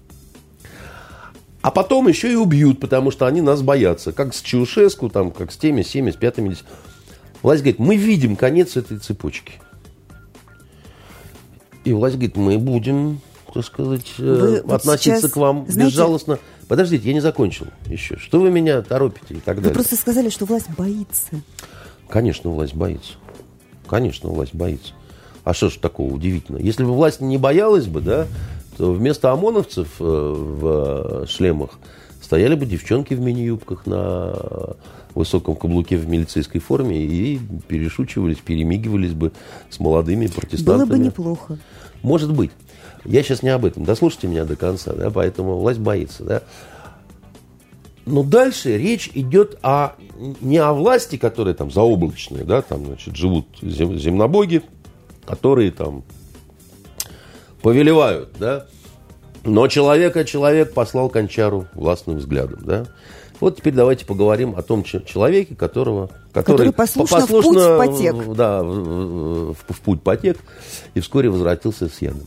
А потом еще и убьют, потому что они нас боятся. Как с Чаушеску, там, как с теми, семьдесят пятыми. Власть говорит, мы видим конец этой цепочки. И власть говорит, мы будем, так сказать, вы относиться вот к вам знаете, безжалостно. Подождите, я не закончил еще. Что вы меня торопите и так далее? Вы просто сказали, что власть боится. Конечно, власть боится. Конечно, власть боится. А что ж такого удивительного? Если бы власть не боялась бы, да, то вместо ОМОНовцев в шлемах стояли бы девчонки в мини-юбках на высоком каблуке в милицейской форме и перешучивались, перемигивались бы с молодыми протестантами. Было бы неплохо. Может быть. Я сейчас не об этом. Дослушайте меня до конца, да, поэтому власть боится, да. Но дальше речь идет о, не о власти, которые там заоблачные, да, там, значит, живут зем, земнобоги, которые там повелевают, да. Но человека человек послал кончару властным взглядом, да. Вот теперь давайте поговорим о том человеке, которого, который, который послушно, послушно в путь потек. Да, в, в, в путь потек и вскоре возвратился с ядом.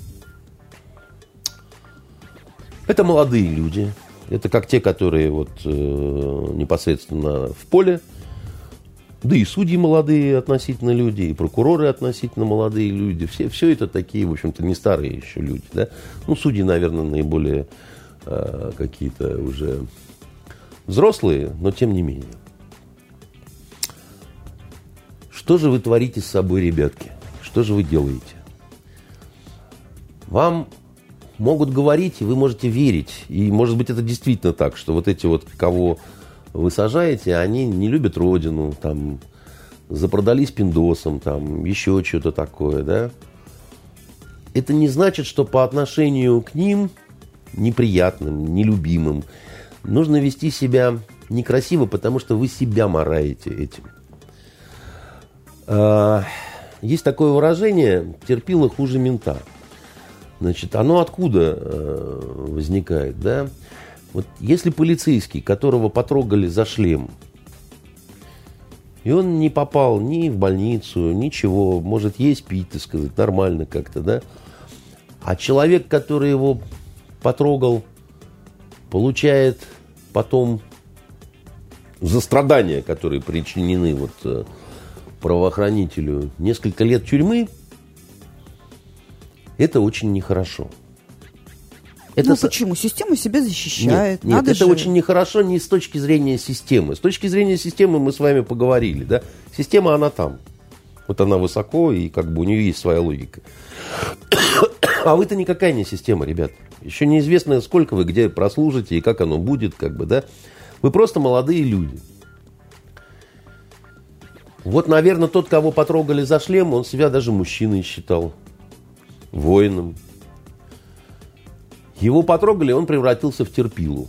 Это молодые люди. Это как те, которые вот, э, непосредственно в поле. Да и судьи молодые относительно люди, и прокуроры относительно молодые люди. Все, все это такие, в общем-то, не старые еще люди. Да? Ну, судьи, наверное, наиболее э, какие-то уже взрослые, но тем не менее. Что же вы творите с собой, ребятки? Что же вы делаете? Вам могут говорить, и вы можете верить. И, может быть, это действительно так, что вот эти вот, кого вы сажаете, они не любят родину, там, запродались пиндосом, там, еще что-то такое, да? Это не значит, что по отношению к ним, неприятным, нелюбимым, нужно вести себя некрасиво, потому что вы себя мараете этим. Есть такое выражение «терпило хуже мента». Значит, оно откуда э, возникает, да? Вот если полицейский, которого потрогали за шлем, и он не попал ни в больницу, ничего, может есть, пить, так сказать, нормально как-то, да? А человек, который его потрогал, получает потом за страдания, которые причинены вот, э, правоохранителю, несколько лет тюрьмы, это очень нехорошо. Это ну почему? Система себя защищает. Нет, Надо нет, это же... очень нехорошо не с точки зрения системы. С точки зрения системы мы с вами поговорили. Да? Система, она там. Вот она высоко, и как бы у нее есть своя логика. А вы-то никакая не система, ребят. Еще неизвестно, сколько вы где прослужите и как оно будет. Как бы, да? Вы просто молодые люди. Вот, наверное, тот, кого потрогали за шлем, он себя даже мужчиной считал. Воином. Его потрогали, он превратился в терпилу.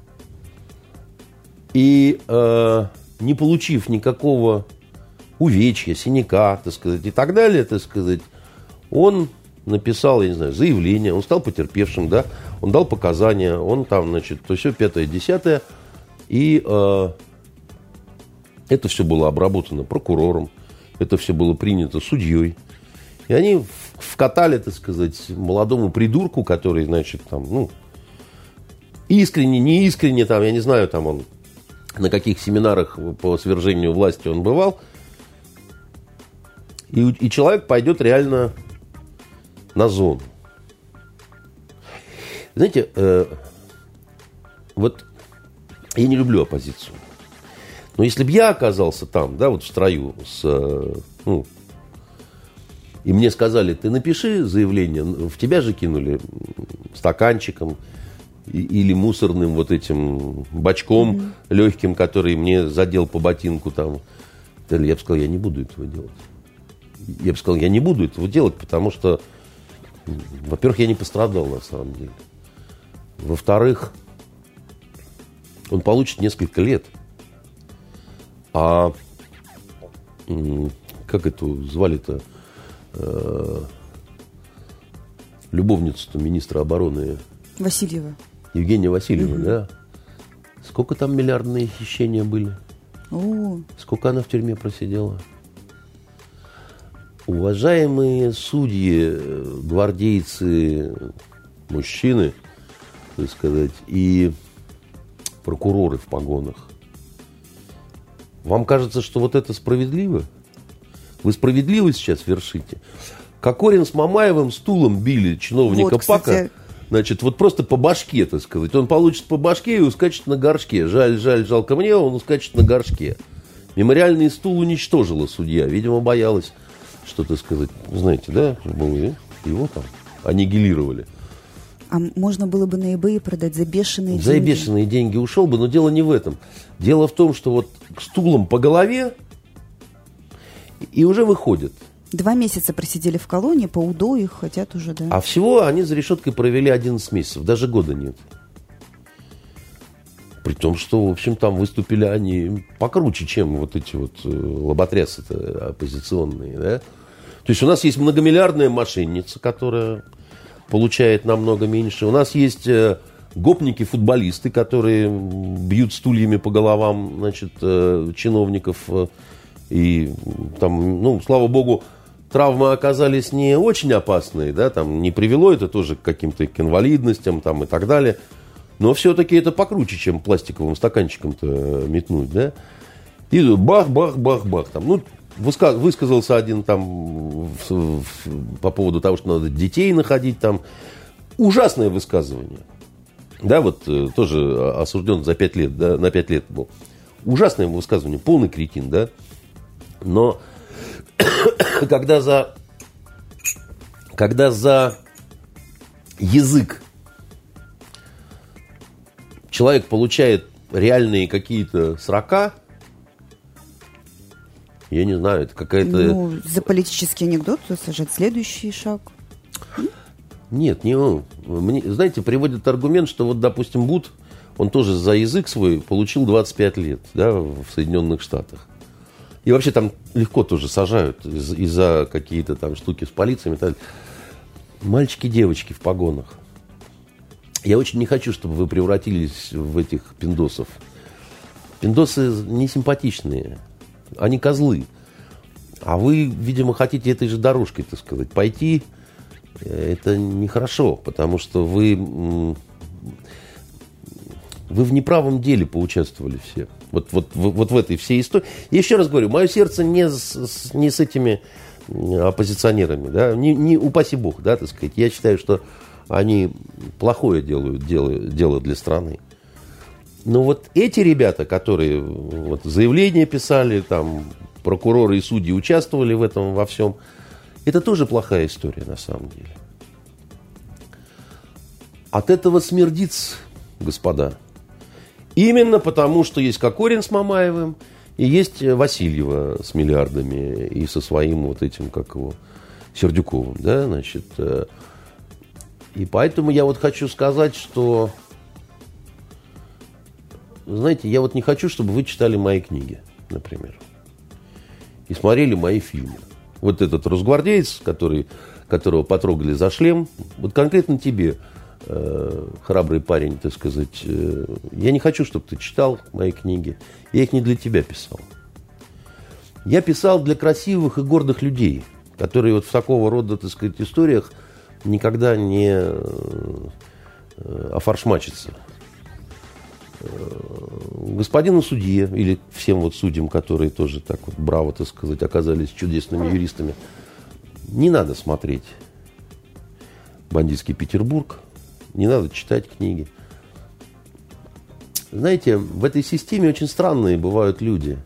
И э, не получив никакого увечья, синяка, так сказать, и так далее, так сказать, он написал, я не знаю, заявление, он стал потерпевшим, да, он дал показания, он там, значит, то все пятое, десятое, и э, это все было обработано прокурором, это все было принято судьей. И они вкатали, так сказать, молодому придурку, который, значит, там, ну, искренне, неискренне, там, я не знаю, там он на каких семинарах по свержению власти он бывал, и, и человек пойдет реально на зону. Знаете, э, вот я не люблю оппозицию. Но если бы я оказался там, да, вот в строю, с, э, ну, и мне сказали, ты напиши заявление, в тебя же кинули стаканчиком и, или мусорным вот этим бачком mm-hmm. легким, который мне задел по ботинку там. Я бы сказал, я не буду этого делать. Я бы сказал, я не буду этого делать, потому что, во-первых, я не пострадал на самом деле. Во-вторых, он получит несколько лет. А как эту звали-то э, любовницу-то министра обороны? Васильева. Евгения Васильева, угу. да. Сколько там миллиардные хищения были? О. Сколько она в тюрьме просидела? Уважаемые судьи, гвардейцы, мужчины, так сказать, и прокуроры в погонах. Вам кажется, что вот это справедливо? Вы справедливость сейчас вершите? Кокорин с Мамаевым стулом били чиновника вот, ПАКа. Кстати... Значит, вот просто по башке, так сказать. Он получит по башке и ускачет на горшке. Жаль, жаль, жалко мне, он ускачет на горшке. Мемориальный стул уничтожила судья. Видимо, боялась, что, так сказать, знаете, да, его там аннигилировали. А можно было бы на eBay продать за бешеные за деньги? За бешеные деньги ушел бы, но дело не в этом. Дело в том, что вот стулом по голове и уже выходят. Два месяца просидели в колонии, по УДО их хотят уже, да. А всего они за решеткой провели одиннадцать месяцев, даже года нет. При том, что, в общем, там выступили они покруче, чем вот эти вот лоботрясы-то оппозиционные, да. То есть у нас есть многомиллиардная мошенница, которая получает намного меньше. У нас есть гопники-футболисты, которые бьют стульями по головам, значит, чиновников. И там, ну, слава богу, травмы оказались не очень опасные, да, там не привело это тоже к каким-то к инвалидностям там, и так далее. Но все-таки это покруче, чем пластиковым стаканчиком-то метнуть, да. И бах-бах-бах-бах. Там, ну, высказался один там в, в, по поводу того, что надо детей находить там. Ужасное высказывание. Да, вот тоже осужден за пять лет, да, на пять лет был. Ужасное высказывание, полный кретин, да. Но когда за, когда за язык человек получает реальные какие-то срока, я не знаю, это какая-то... Ну, за политический анекдот сажать следующий шаг. Нет, не он. Мне, знаете, приводит аргумент, что вот, допустим, Бут, он тоже за язык свой получил двадцать пять лет, да, в Соединенных Штатах. И вообще там легко тоже сажают из- из-за какие-то там штуки с полициями. Так. Мальчики, девочки в погонах. Я очень не хочу, чтобы вы превратились в этих пиндосов. Пиндосы не симпатичные. Они козлы. А вы, видимо, хотите этой же дорожкой, так сказать, пойти. Это нехорошо, потому что вы, вы в неправом деле поучаствовали все. Вот, вот, вот в этой всей истории. Я еще раз говорю, мое сердце не с, не с этими оппозиционерами. Да? Не, не, упаси бог, да, так сказать. Я считаю, что они плохое делают дело, дело для страны. Но вот эти ребята, которые вот, заявления писали, там, прокуроры и судьи участвовали в этом во всем, это тоже плохая история на самом деле. От этого смердит, господа. Именно потому, что есть Кокорин с Мамаевым, и есть Васильева с миллиардами, и со своим вот этим, как его, Сердюковым, да, значит. И поэтому я вот хочу сказать, что, знаете, я вот не хочу, чтобы вы читали мои книги, например, и смотрели мои фильмы. Вот этот росгвардеец, который, которого потрогали за шлем, вот конкретно тебе, э, храбрый парень, так сказать, э, я не хочу, чтобы ты читал мои книги. Я их не для тебя писал. Я писал для красивых и гордых людей, которые вот в такого рода, так сказать, историях никогда не офаршмачатся. Господину судье или всем вот судьям, которые тоже так вот браво, так сказать, оказались чудесными юристами, не надо смотреть «Бандитский Петербург», не надо читать книги. Знаете, в этой системе очень странные бывают люди.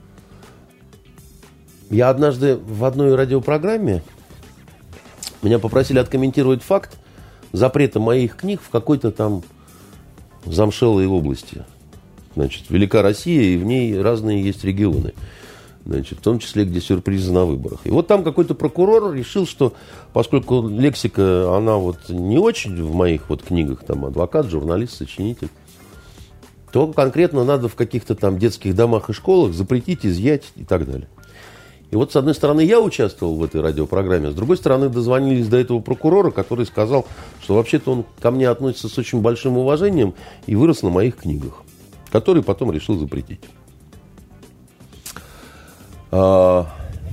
Я однажды в одной радиопрограмме, меня попросили откомментировать факт запрета моих книг в какой-то там замшелой области. Значит, велика Россия, и в ней разные есть регионы. Значит, в том числе, где сюрпризы на выборах. И вот там какой-то прокурор решил, что поскольку лексика, она вот не очень в моих вот книгах, там, адвокат, журналист, сочинитель, то конкретно надо в каких-то там детских домах и школах запретить, изъять и так далее. И вот, с одной стороны, я участвовал в этой радиопрограмме, с другой стороны, дозвонились до этого прокурора, который сказал, что вообще-то он ко мне относится с очень большим уважением и вырос на моих книгах, которые потом решил запретить. Я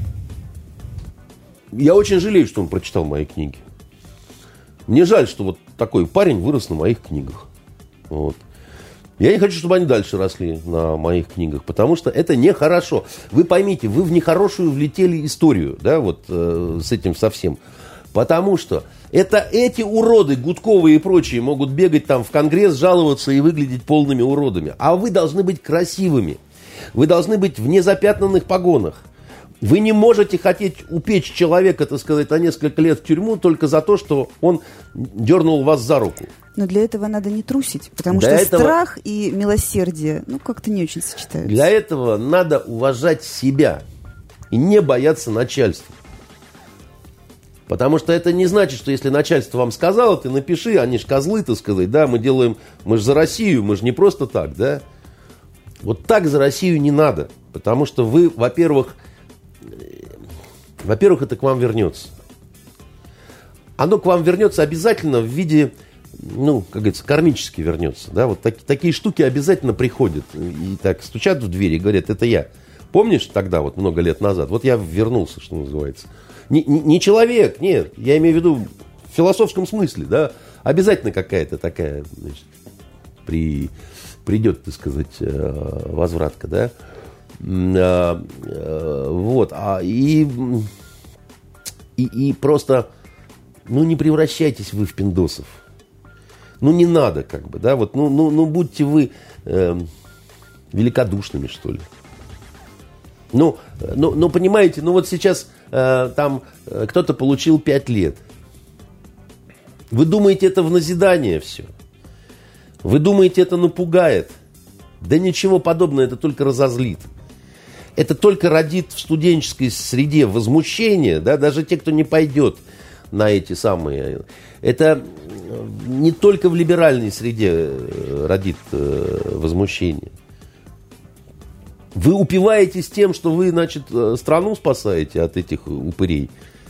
очень жалею, что он прочитал мои книги. Мне жаль, что вот такой парень вырос на моих книгах. Вот. Я не хочу, чтобы они дальше росли на моих книгах, потому что это нехорошо. Вы поймите, вы в нехорошую влетели историю, да, вот э, с этим совсем. Потому что это эти уроды, Гудковы и прочие, могут бегать там в Конгресс, жаловаться и выглядеть полными уродами. А вы должны быть красивыми. Вы должны быть в незапятнанных погонах. Вы не можете хотеть упечь человека, так сказать, на несколько лет в тюрьму только за то, что он дернул вас за руку. Но для этого надо не трусить, потому для что этого... страх и милосердие, ну, как-то не очень сочетаются. Для этого надо уважать себя и не бояться начальства. Потому что это не значит, что если начальство вам сказало, ты напиши, они ж козлы, так сказать, да, мы делаем, мы же за Россию, мы же не просто так, да. Вот так за Россию не надо, потому что вы, во-первых, во-первых, это к вам вернется. Оно к вам вернется обязательно в виде, ну, как говорится, кармически вернется, да, вот так, такие штуки обязательно приходят и так стучат в дверь и говорят, это я. Помнишь тогда, вот много лет назад, вот я вернулся, что называется. Не, не, не человек, нет, я имею в виду в философском смысле, да, обязательно какая-то такая, значит, при... придет, так сказать, возвратка, да, вот, а и, и, и просто, ну, не превращайтесь вы в пиндосов, ну, не надо, как бы, да, вот, ну, ну, ну будьте вы э, великодушными, что ли, ну, ну, ну, понимаете, ну, вот сейчас э, там кто-то получил пять лет, вы думаете, это в назидание все? Вы думаете, это напугает? Да ничего подобного, это только разозлит. Это только родит в студенческой среде возмущение, да, даже те, кто не пойдет на эти самые. Это не только в либеральной среде родит возмущение. Вы упиваетесь тем, что вы, значит, страну спасаете от этих упырей.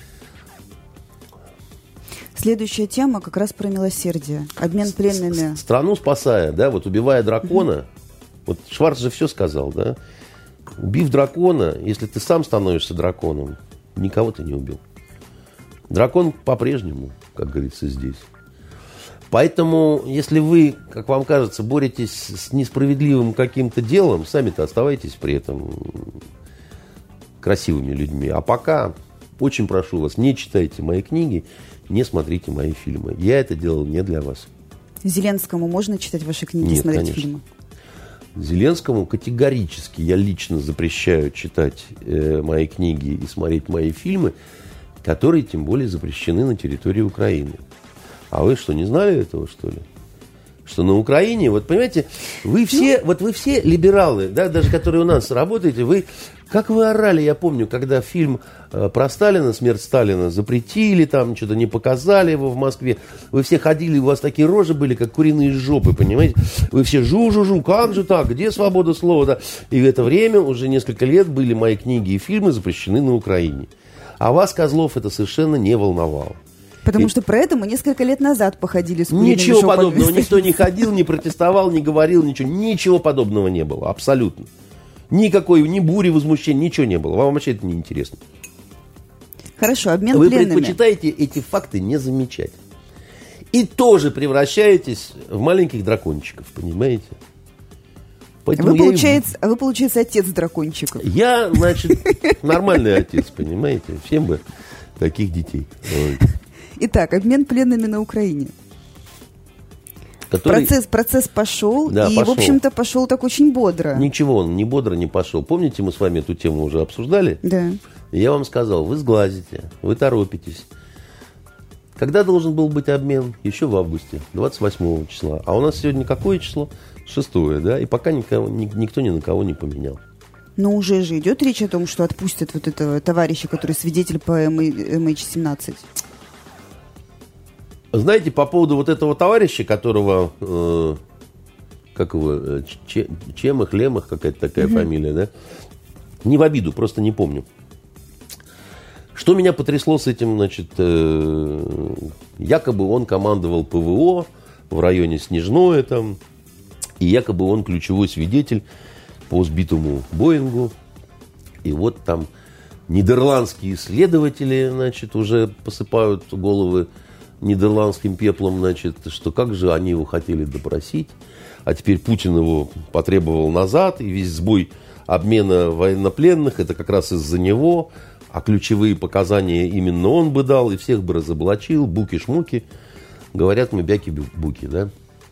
Следующая тема как раз про милосердие. Обмен пленными. Страну спасая, да, вот убивая дракона. Mm-hmm. Вот Шварц же все сказал, да. Убив дракона, если ты сам становишься драконом, никого ты не убил. Дракон по-прежнему, как говорится, здесь. Поэтому, если вы, как вам кажется, боретесь с несправедливым каким-то делом, сами-то оставайтесь при этом красивыми людьми. А пока, очень прошу вас, не читайте мои книги, не смотрите мои фильмы. Я это делал не для вас. Зеленскому можно читать ваши книги и смотреть конечно. Фильмы? Зеленскому категорически я лично запрещаю читать э, мои книги и смотреть мои фильмы, которые тем более запрещены на территории Украины. А вы что, не знали этого, что ли? Что на Украине, вот понимаете, вы все, ну, вот вы все либералы, да, даже которые у нас работаете, вы, как вы орали, я помню, когда фильм э, про Сталина, смерть Сталина запретили, там что-то не показали его в Москве, вы все ходили, у вас такие рожи были, как куриные жопы, понимаете, вы все жу-жу-жу, как же так, где свобода слова, да, и в это время уже несколько лет были мои книги и фильмы запрещены на Украине, а вас, козлов, это совершенно не волновало. Потому и... что про это мы несколько лет назад походили с куриными Ничего шопами. Подобного, никто не ходил, не протестовал, не говорил, ничего. Ничего подобного не было, абсолютно. Никакой, ни бури возмущения, ничего не было. Вам вообще это не интересно. Хорошо, обмен Вы пленными. Вы предпочитаете эти факты не замечать. И тоже превращаетесь в маленьких дракончиков, понимаете? Поэтому Вы, я получается, и... вы, получается, отец дракончиков. Я, значит, нормальный отец, понимаете? Всем бы таких детей. Итак, обмен пленными на Украине. Который... Процесс, процесс пошел, да, и, пошел. в общем-то, пошел так очень бодро. Ничего, он не бодро не пошел. Помните, мы с вами эту тему уже обсуждали? Да. И я вам сказал, вы сглазите, вы торопитесь. Когда должен был быть обмен? Еще в августе, двадцать восьмого числа. А у нас сегодня какое число? Шестое, да? И пока никого, никто ни на кого не поменял. Но уже же идет речь о том, что отпустят вот этого товарища, который свидетель по эм эйч семнадцать. Знаете, по поводу вот этого товарища, которого, э, как его, Че, Чемах, Лемах, какая-то такая угу. фамилия, да? Не в обиду, просто не помню. Что меня потрясло с этим, значит, э, якобы он командовал ПВО в районе Снежное там, и якобы он ключевой свидетель по сбитому Боингу. И вот там нидерландские исследователи, значит, уже посыпают головы нидерландским пеплом, значит, что как же они его хотели допросить, а теперь Путин его потребовал назад, и весь сбой обмена военнопленных, это как раз из-за него, а ключевые показания именно он бы дал, и всех бы разоблачил, буки-шмуки. Говорят мы бяки-буки, да?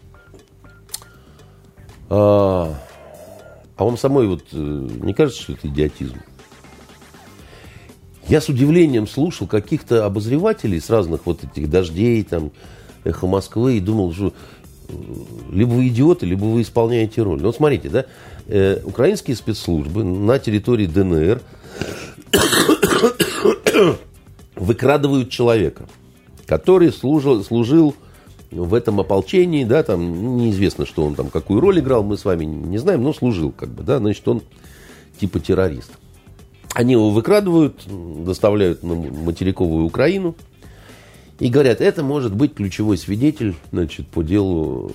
А, а вам самой вот не кажется, что это идиотизм? Я с удивлением слушал каких-то обозревателей с разных вот этих дождей, там, Эхо Москвы, и думал, что либо вы идиоты, либо вы исполняете роль. Ну, вот смотрите, да, э, украинские спецслужбы на территории ДНР выкрадывают человека, который служил, служил в этом ополчении, да, там неизвестно, что он там, какую роль играл, мы с вами не знаем, но служил, как бы, да, значит, он типа террорист. Они его выкрадывают, доставляют на материковую Украину и говорят, это может быть ключевой свидетель, значит, по делу.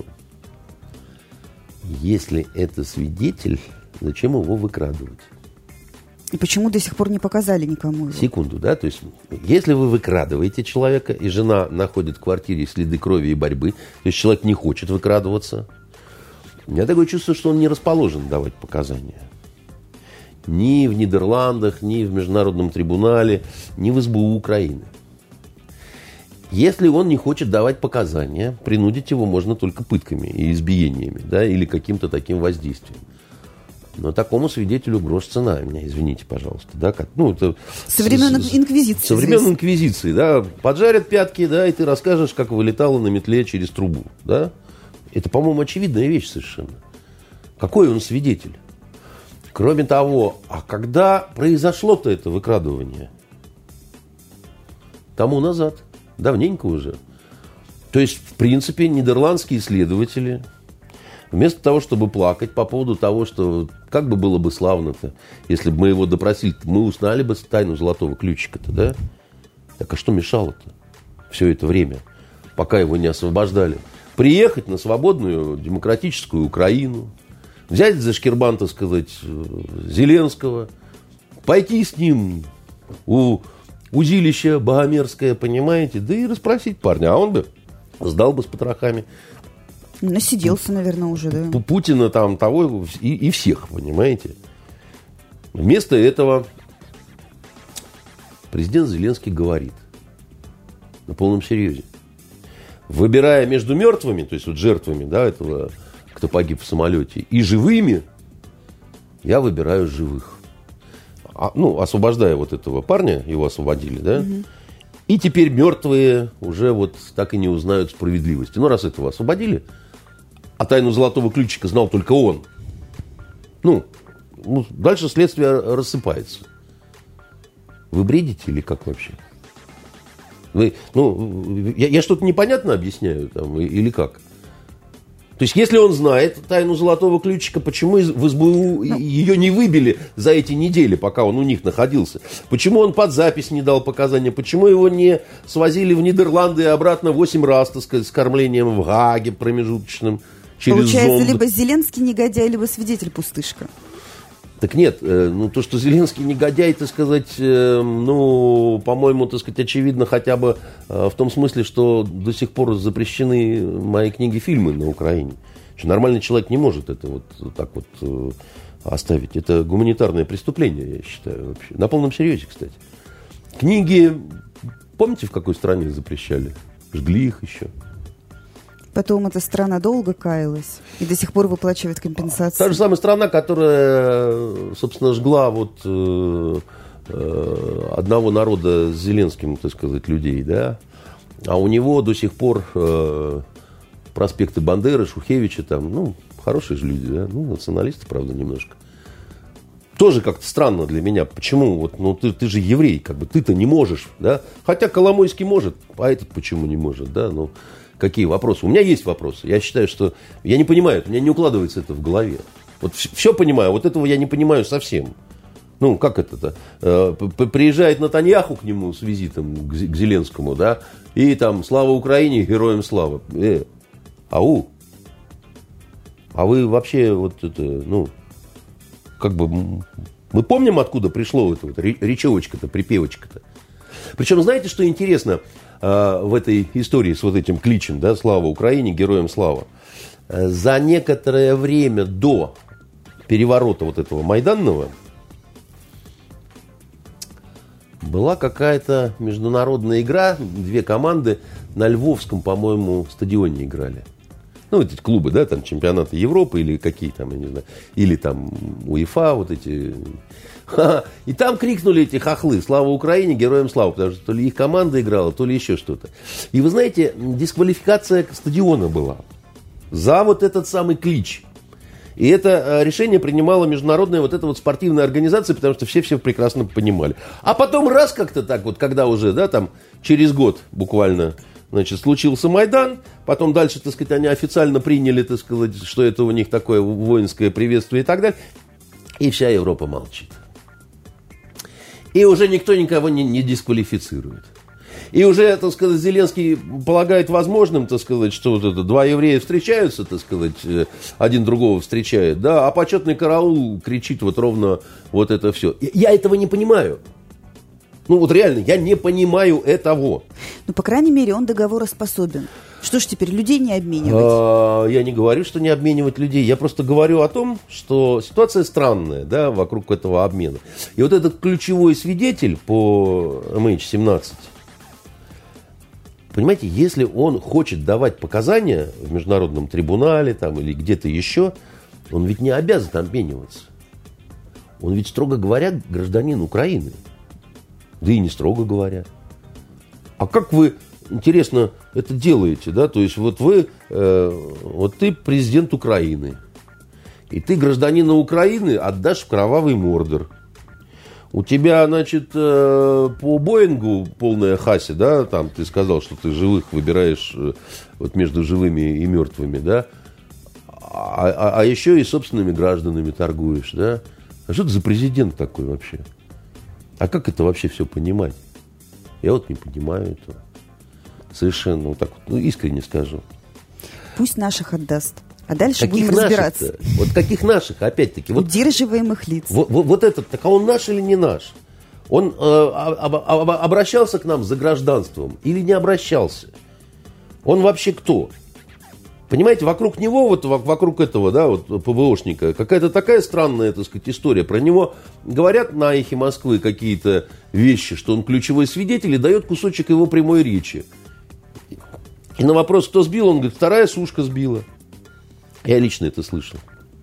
Если это свидетель, зачем его выкрадывать? И почему до сих пор не показали никому его? Секунду, да, то есть, если вы выкрадываете человека, и жена находит в квартире следы крови и борьбы, то есть человек не хочет выкрадываться, у меня такое чувство, что он не расположен давать показания. Ни в Нидерландах, ни в Международном трибунале, ни в эс бэ у Украины. Если он не хочет давать показания, принудить его можно только пытками и избиениями, да, или каким-то таким воздействием. Но такому свидетелю грош цена, меня извините, пожалуйста. Да, как, ну, это со времен инквизиции. Со времен инквизиции, да. Поджарят пятки, да, и ты расскажешь, как вылетала на метле через трубу, да. Это, по-моему, очевидная вещь совершенно. Какой он свидетель? Кроме того, а когда произошло-то это выкрадывание? Тому назад. Давненько уже. То есть, в принципе, нидерландские исследователи, вместо того, чтобы плакать по поводу того, что как бы было бы славно-то, если бы мы его допросили, мы узнали бы тайну золотого ключика-то, да? Так а что мешало-то все это время, пока его не освобождали? Приехать на свободную демократическую Украину, взять за шкирбан, так сказать, Зеленского, пойти с ним у узилище Богомерское, понимаете, да и расспросить парня, а он бы сдал бы с потрохами. Насиделся, наверное, уже, да. Путина там того и, и всех, понимаете. Вместо этого президент Зеленский говорит на полном серьезе, выбирая между мертвыми, то есть вот жертвами, да, этого, кто погиб в самолете, и живыми, я выбираю живых. А, ну, освобождая вот этого парня, его освободили, да, угу. И теперь мертвые уже вот так и не узнают справедливости. Ну, раз этого освободили, а тайну золотого ключика знал только он, ну, ну дальше следствие рассыпается. Вы бредите или как вообще? Вы, ну, я, я что-то непонятно объясняю там, или как? То есть, если он знает тайну золотого ключика, почему в эс бэ у ее не выбили за эти недели, пока он у них находился? Почему он под запись не дал показания? Почему его не свозили в Нидерланды и обратно восемь раз, так сказать, с кормлением в Гааге промежуточным через Получается, зонд? либо Зеленский негодяй, либо свидетель пустышка. Так нет, ну то, что Зеленский негодяй, так сказать, ну, по-моему, так сказать, очевидно хотя бы в том смысле, что до сих пор запрещены мои книги, фильмы на Украине. Что нормальный человек не может это вот так вот оставить. Это гуманитарное преступление, я считаю, вообще. На полном серьезе, кстати. Книги, помните, в какой стране запрещали? Жгли их еще. Потом эта страна долго каялась и до сих пор выплачивает компенсации. Та же самая страна, которая, собственно, жгла вот э, э, одного народа с Зеленским, так сказать, людей, да, а у него до сих пор э, проспекты Бандеры, Шухевича, там, ну, хорошие же люди, да, ну, националисты, правда, немножко. Тоже как-то странно для меня. Почему? Вот, ну, ты, ты же еврей, как бы, ты-то не можешь, да, хотя Коломойский может, а этот почему не может, да, ну... Какие вопросы? У меня есть вопросы. Я считаю, что... Я не понимаю, у меня не укладывается это в голове. Вот все понимаю, вот этого я не понимаю совсем. Ну, как это-то? Приезжает Натаньяху к нему с визитом, к Зеленскому, да, и там «Слава Украине, героям слава». Э, ау! А вы вообще вот это, ну, как бы... Мы помним, откуда пришло это вот речевочка-то, припевочка-то? Причем, знаете, что интересно э, в этой истории с вот этим кличем, да, «Слава Украине, героям слава»? Э, за некоторое время до переворота вот этого майданного была какая-то международная игра, две команды на Львовском, по-моему, стадионе играли. Ну, вот эти клубы, да, там чемпионаты Европы или какие там, я не знаю, или там УЕФА, вот эти... И там крикнули эти хохлы «Слава Украине, героям слава», потому что то ли их команда играла, то ли еще что-то. И вы знаете, дисквалификация стадиона была за вот этот самый клич. И это решение принимала международная вот эта вот спортивная организация, потому что все все прекрасно понимали. А потом раз как-то так вот, когда уже, да, там через год буквально, значит, случился Майдан, потом дальше, так сказать, они официально приняли, так сказать, что это у них такое воинское приветствие и так далее, и вся Европа молчит. И уже никто никого не, не дисквалифицирует. И уже, так сказать, Зеленский полагает возможным, так сказать, что вот это два еврея встречаются, так сказать, один другого встречает, да, а почетный караул кричит вот ровно вот это все. Я этого не понимаю. Ну вот реально, я не понимаю этого. Ну, по крайней мере, он договороспособен. Что ж теперь, людей не обменивать? А, я не говорю, что не обменивать людей. Я просто говорю о том, что ситуация странная, да, вокруг этого обмена. И вот этот ключевой свидетель по эм эйч семнадцать, понимаете, если он хочет давать показания в международном трибунале там, или где-то еще, он ведь не обязан обмениваться. Он ведь, строго говоря, гражданин Украины. Да и не строго говоря. А как вы, интересно, это делаете, да? То есть вот вы, э, вот ты президент Украины, и ты гражданина Украины отдашь в кровавый Мордор. У тебя, значит, э, по Боингу полная хаси, да? Там ты сказал, что ты живых выбираешь э, вот между живыми и мертвыми, да? А, а, а еще и собственными гражданами торгуешь, да? А что это за президент такой вообще? А как это вообще все понимать? Я вот не понимаю этого. Совершенно вот так вот, ну, искренне скажу. Пусть наших отдаст. А дальше каких будем разбираться. Вот каких наших, опять-таки. Вот, удерживаемых лиц. Вот, вот, вот этот, так а он наш или не наш? Он э, об, об, обращался к нам за гражданством или не обращался? Он вообще кто? Понимаете, вокруг него, вот вокруг этого, да, вот ПВОшника, какая-то такая странная, так сказать, история. Про него говорят на «Эхе Москвы» какие-то вещи, что он ключевой свидетель и дает кусочек его прямой речи. И на вопрос, кто сбил, он говорит, вторая сушка сбила. Я лично это слышал.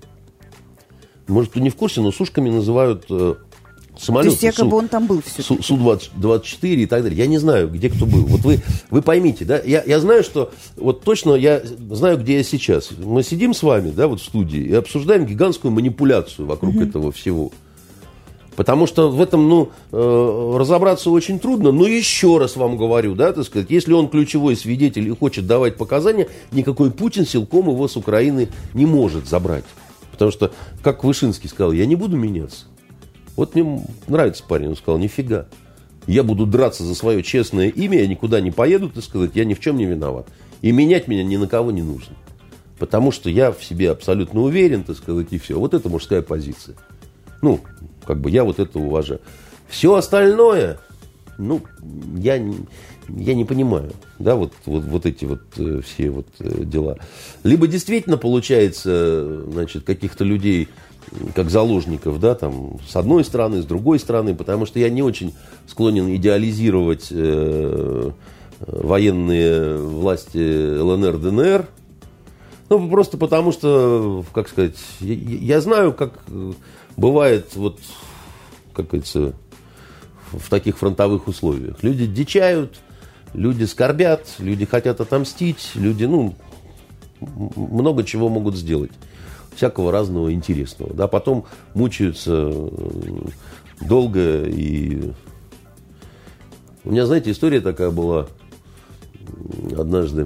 Может, кто не в курсе, но сушками называют э, самолеты. То есть якобы Су, он там был все-таки. Су двадцать четыре и так далее. Я не знаю, где кто был. Вот вы, вы поймите, да, я, я знаю, что вот точно я знаю, где я сейчас. Мы сидим с вами, да, вот в студии и обсуждаем гигантскую манипуляцию вокруг mm-hmm. этого всего. Потому что в этом, ну, э, разобраться очень трудно. Но еще раз вам говорю, да, так сказать, если он ключевой свидетель и хочет давать показания, никакой Путин силком его с Украины не может забрать. Потому что, как Вышинский сказал, я не буду меняться. Вот мне нравится парень, он сказал, нифига. Я буду драться за свое честное имя, я никуда не поеду, так сказать, я ни в чем не виноват. И менять меня ни на кого не нужно. Потому что я в себе абсолютно уверен, так сказать, и все. Вот это мужская позиция. Ну, как бы я вот это уважаю. Все остальное, ну, я, я не понимаю, да, вот, вот, вот эти вот э, все вот э, дела. Либо действительно получается, значит, каких-то людей как заложников, да, там, с одной стороны, с другой стороны, потому что я не очень склонен идеализировать э, военные власти ЛНР, ДНР, ну, просто потому что, как сказать, я, я знаю, как бывает, вот, как говорится, в таких фронтовых условиях. Люди дичают, люди скорбят, люди хотят отомстить, люди, ну, много чего могут сделать. Всякого разного интересного. Да, потом мучаются долго. И у меня, знаете, история такая была однажды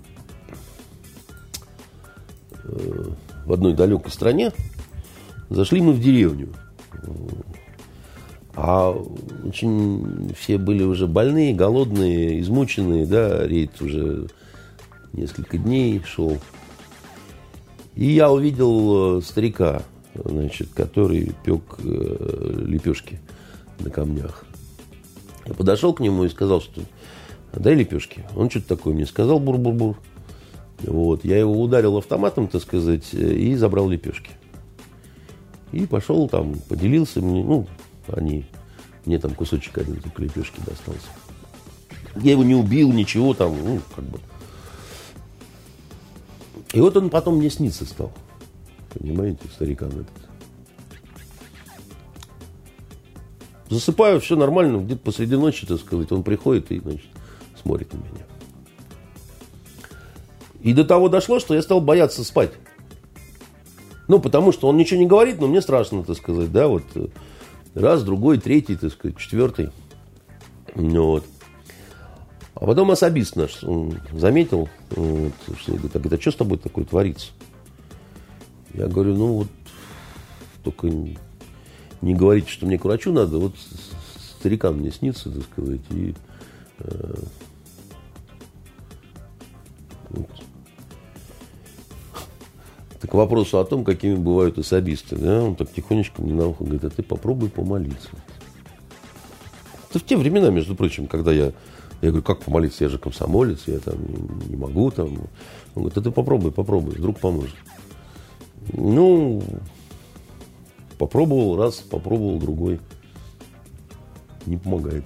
в одной далекой стране. Зашли мы в деревню. А очень все были уже больные, голодные, измученные. Да, рейд уже несколько дней шел. И я увидел старика, значит, который пек э, лепешки на камнях. Я подошел к нему и сказал, что дай лепешки. Он что-то такое мне сказал, бур-бур-бур. Вот. Я его ударил автоматом, так сказать, и забрал лепешки. И пошел там, поделился мне, ну, они, мне там кусочек один только лепешки достался. Я его не убил, ничего там, ну, как бы. И вот он потом мне снится стал. Понимаете, старикан этот. Засыпаю, все нормально, где-то посреди ночи, так сказать, он приходит и, значит, смотрит на меня. И до того дошло, что я стал бояться спать. Ну, потому что он ничего не говорит, но мне страшно, так сказать, да, вот. Раз, другой, третий, так сказать, четвертый. Ну, вот. А потом особист наш, он заметил, вот, что говорит, а, говорит, а что с тобой такое творится? Я говорю, ну вот, только не говорите, что мне к врачу надо, вот старикан мне снится, так сказать, и э, вот. Так к вопросу о том, какими бывают особисты, да, он так тихонечко мне на ухо говорит, а ты попробуй помолиться. Это в те времена, между прочим, когда я Я говорю, как помолиться, я же комсомолец, я там не могу. Там. Он говорит, а ты попробуй, попробуй, вдруг поможет. Ну, попробовал раз, попробовал другой. Не помогает.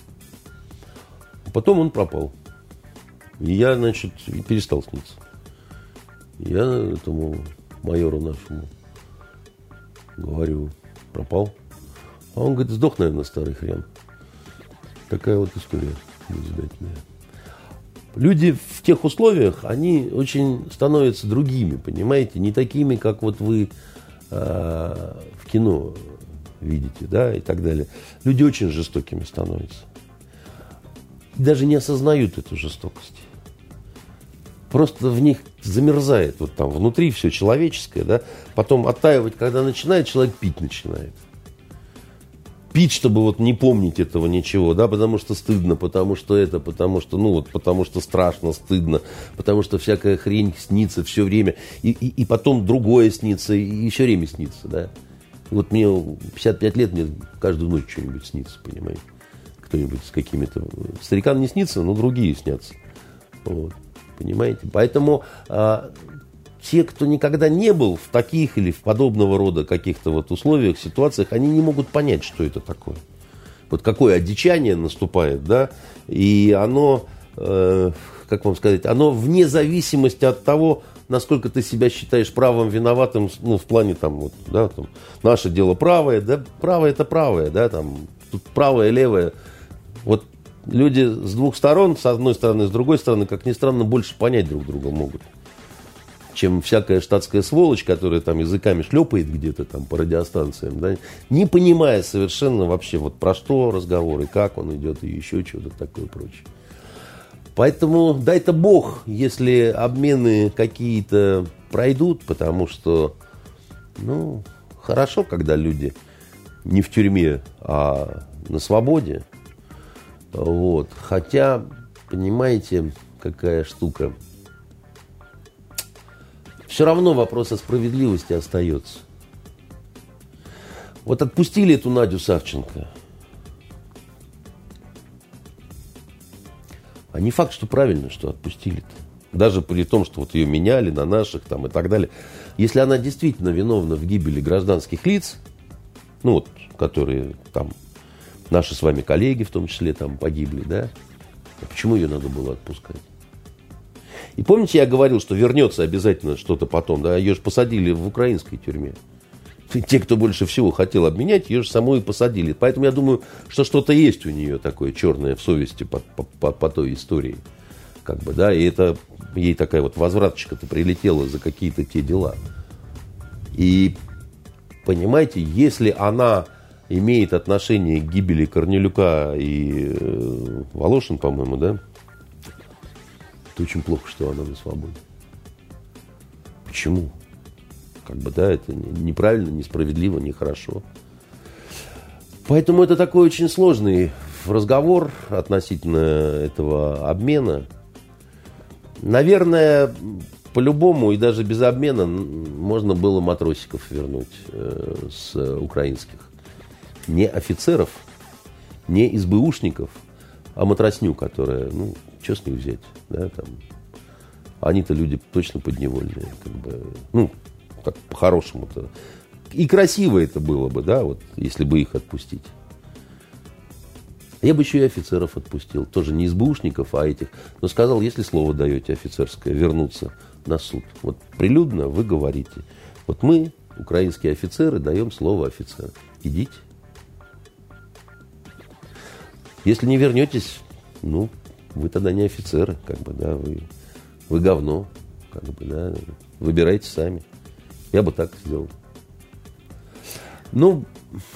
Потом он пропал. И я, значит, перестал сниться. Я этому майору нашему говорю, пропал. А он говорит, сдох, наверное, старый хрен. Такая вот история. Люди в тех условиях, они очень становятся другими, понимаете, не такими, как вот вы э, в кино видите, да, и так далее. Люди очень жестокими становятся. И даже не осознают эту жестокость. Просто в них замерзает вот там внутри все человеческое, да, потом оттаивать, когда начинает, человек пить начинает. Пить, чтобы вот не помнить этого ничего, да, потому что стыдно, потому что это, потому что, ну вот, потому что страшно, стыдно, потому что всякая хрень снится все время, и, и, и потом другое снится, и все время снится, да. Вот мне пятьдесят пять лет, мне каждую ночь что-нибудь снится, понимаете, кто-нибудь с какими-то... Старикам не снится, но другие снятся, вот, понимаете. Поэтому... А, те, кто никогда не был в таких или в подобного рода каких-то вот условиях, ситуациях, они не могут понять, что это такое. Вот какое одичание наступает, да, и оно, э, как вам сказать, оно вне зависимости от того, насколько ты себя считаешь правым, виноватым, ну, в плане там, вот, да, там, наше дело правое, да, правое это правое, да, там, тут правое, левое. Вот люди с двух сторон, с одной стороны, с другой стороны, как ни странно, больше понять друг друга могут, чем всякая штатская сволочь, которая там языками шлепает где-то там по радиостанциям, да, не понимая совершенно вообще вот про что разговор и как он идет и еще что-то такое прочее. Поэтому дай-то Бог, если обмены какие-то пройдут, потому что, ну, хорошо, когда люди не в тюрьме, а на свободе. Вот. Хотя, понимаете, какая штука. Все равно вопрос о справедливости остается. Вот отпустили эту Надю Савченко. А не факт, что правильно, что отпустили-то. Даже при том, что вот ее меняли на наших там и так далее. Если она действительно виновна в гибели гражданских лиц, ну вот, которые там, наши с вами коллеги в том числе там погибли, да, а почему ее надо было отпускать? И помните, я говорил, что вернется обязательно что-то потом, да, ее же посадили в украинской тюрьме. Те, кто больше всего хотел обменять, ее же саму и посадили. Поэтому я думаю, что что-то есть у нее такое черное в совести по, по, по, по той истории. Как бы, да, и это ей такая вот возвраточка-то прилетела за какие-то те дела. И, понимаете, если она имеет отношение к гибели Корнелюка и э, Волошин, по-моему, да, то очень плохо, что она на свободе. Почему? Как бы, да, это неправильно, несправедливо, нехорошо. Поэтому это такой очень сложный разговор относительно этого обмена. Наверное, по-любому и даже без обмена можно было матросиков вернуть э, с украинских. Не офицеров, не СБУшников, а матросню, которая, ну, что с них взять, да, там. Они-то люди точно подневольные, как бы, ну, так по-хорошему-то. И красиво это было бы, да, вот, если бы их отпустить. Я бы еще и офицеров отпустил. Тоже не СБУшников, а этих. Но сказал, если слово даете офицерское, вернуться на суд. Вот прилюдно вы говорите. Вот мы, украинские офицеры, даем слово офицера. Идите. Если не вернетесь, ну, вы тогда не офицеры, как бы, да, вы, вы говно, как бы, да, выбирайте сами. Я бы так сделал. Ну...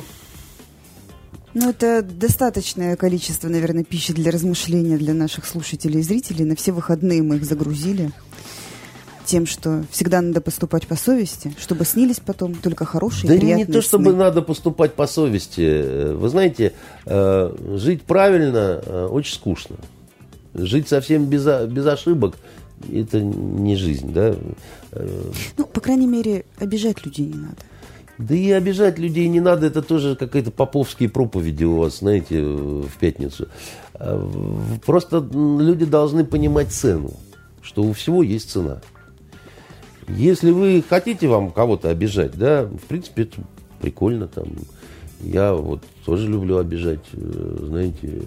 Ну, это достаточное количество, наверное, пищи для размышления для наших слушателей и зрителей. На все выходные мы их загрузили тем, что всегда надо поступать по совести, чтобы снились потом только хорошие, да приятные не то, сны. чтобы надо поступать по совести. Вы знаете, жить правильно очень скучно. Жить совсем без, без ошибок – это не жизнь, да? Ну, по крайней мере, обижать людей не надо. Да и обижать людей не надо, это тоже какие-то поповские проповеди у вас, знаете, в пятницу. Просто люди должны понимать цену, что у всего есть цена. Если вы хотите вам кого-то обижать, да, в принципе, это прикольно. Там. Я вот тоже люблю обижать, знаете,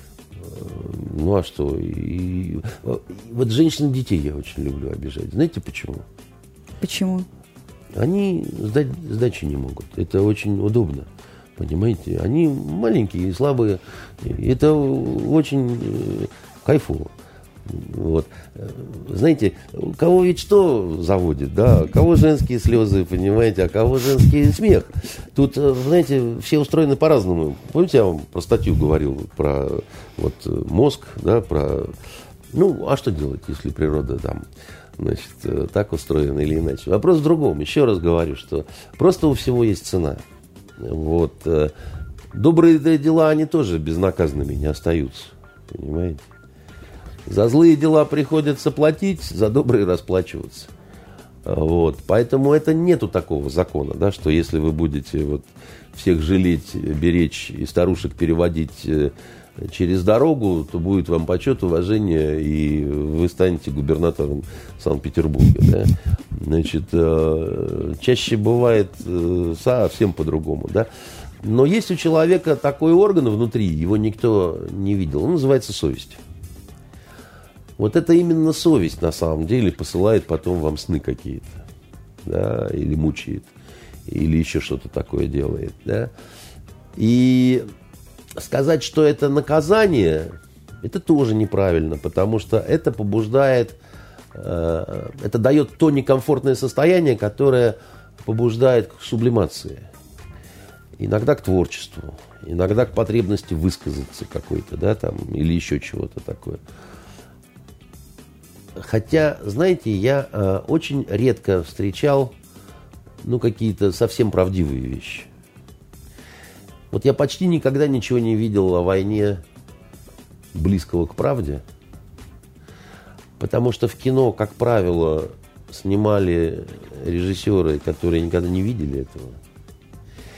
ну а что? И, вот женщин и детей я очень люблю обижать. Знаете почему? Почему? Они сдать, сдачи не могут. Это очень удобно. Понимаете? Они маленькие и слабые. Это очень кайфово. Вот. Знаете, кого ведь что заводит, да? Кого женские слезы, понимаете, а кого женский смех. Тут, знаете, все устроены по-разному. Помните, я вам про статью говорил, про вот, мозг, да, про... Ну, а что делать, если природа там... Значит, так устроено или иначе. Вопрос в другом. Еще раз говорю, что просто у всего есть цена. Вот. Добрые дела, они тоже безнаказанными не остаются. Понимаете? За злые дела приходится платить, за добрые расплачиваться. Вот. Поэтому это нету такого закона, да, что если вы будете вот всех жалеть, беречь и старушек переводить через дорогу, то будет вам почет, уважение, и вы станете губернатором Санкт-Петербурга. Да? Значит, чаще бывает совсем по-другому. Да? Но есть у человека такой орган внутри, его никто не видел, он называется совесть. Вот это именно совесть на самом деле посылает потом вам сны какие-то, да? Или мучает, или еще что-то такое делает. Да? И сказать, что это наказание, это тоже неправильно, потому что это побуждает, э, это дает то некомфортное состояние, которое побуждает к сублимации. Иногда к творчеству, иногда к потребности высказаться какой-то, да, там, или еще чего-то такое. Хотя, знаете, я э, очень редко встречал, ну, какие-то совсем правдивые вещи. Вот я почти никогда ничего не видел о войне близкого к правде, потому что в кино, как правило, снимали режиссеры, которые никогда не видели этого.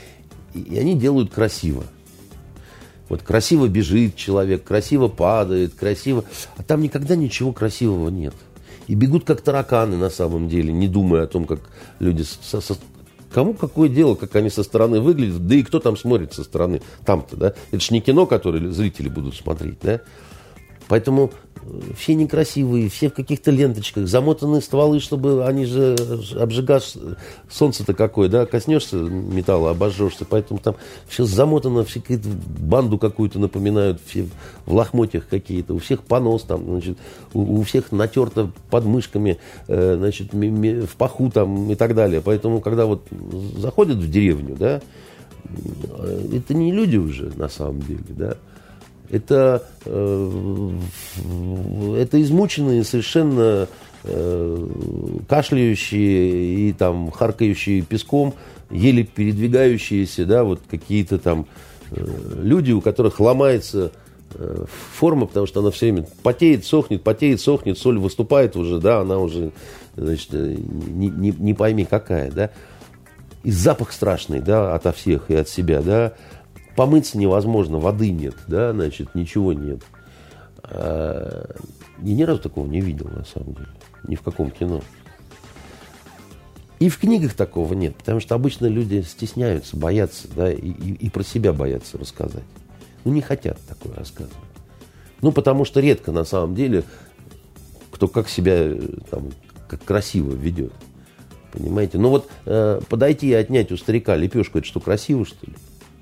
и они делают красиво. Вот красиво бежит человек, красиво падает, красиво... А там никогда ничего красивого нет. И бегут как тараканы на самом деле, не думая о том, как люди... Со, со... Кому какое дело, как они со стороны выглядят, да и кто там смотрит со стороны там-то, да? Это ж не кино, которое зрители будут смотреть, да? Поэтому все некрасивые, все в каких-то ленточках, замотанные стволы, чтобы они же обжигаешь, солнце-то какое, да, коснешься металла, обожжешься, поэтому там все замотано, все какую-то банду какую-то напоминают, все в лохмотьях какие-то, у всех понос там, значит, у, у всех натерто под мышками, э, значит, ми, ми, в паху там и так далее. Поэтому, когда вот заходят в деревню, да, это не люди уже на самом деле, да. Это, э, это измученные, совершенно э, кашляющие и там харкающие песком, еле передвигающиеся, да, вот какие-то там э, люди, у которых ломается э, форма, потому что она все время потеет, сохнет, потеет, сохнет, соль выступает уже, да, она уже, значит, не, не, не пойми какая, да. И запах страшный, да, ото всех и от себя, да. Помыться невозможно, воды нет, да, значит, ничего нет. Я ни разу такого не видел, на самом деле. Ни в каком кино. И в книгах такого нет, потому что обычно люди стесняются, боятся, да, и, и, и про себя боятся рассказать. Ну, не хотят такое рассказывать. Ну, потому что редко, на самом деле, кто как себя там, как красиво ведет. Понимаете? Ну, вот э, подойти и отнять у старика лепешку, это что, красиво, что ли?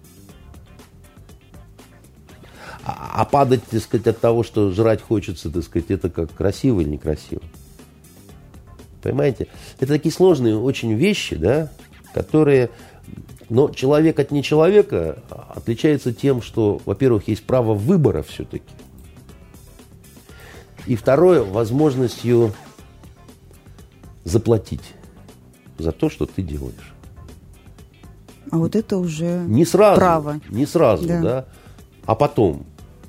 А падать, так сказать, от того, что жрать хочется, так сказать, это как красиво или некрасиво. Понимаете? Это такие сложные очень вещи, да, которые... Но человек от нечеловека отличается тем, что, во-первых, есть право выбора все-таки. И второе, возможностью заплатить за то, что ты делаешь. А вот это уже не сразу, право. Не сразу, да. да, а потом.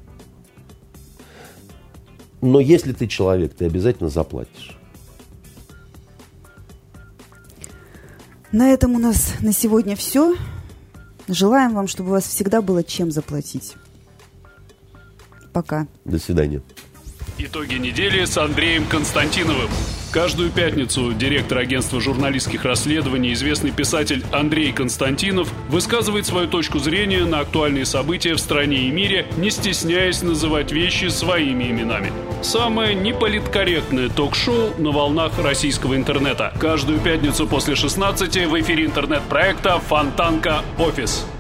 Но если ты человек, ты обязательно заплатишь. На этом у нас на сегодня все. Желаем вам, чтобы у вас всегда было чем заплатить. Пока. До свидания. Итоги недели с Андреем Константиновым. Каждую пятницу директор агентства журналистских расследований, известный писатель Андрей Константинов, высказывает свою точку зрения на актуальные события в стране и мире, не стесняясь называть вещи своими именами. Самое неполиткорректное ток-шоу на волнах российского интернета. Каждую пятницу после шестнадцати в эфире интернет-проекта «Фонтанка Офис».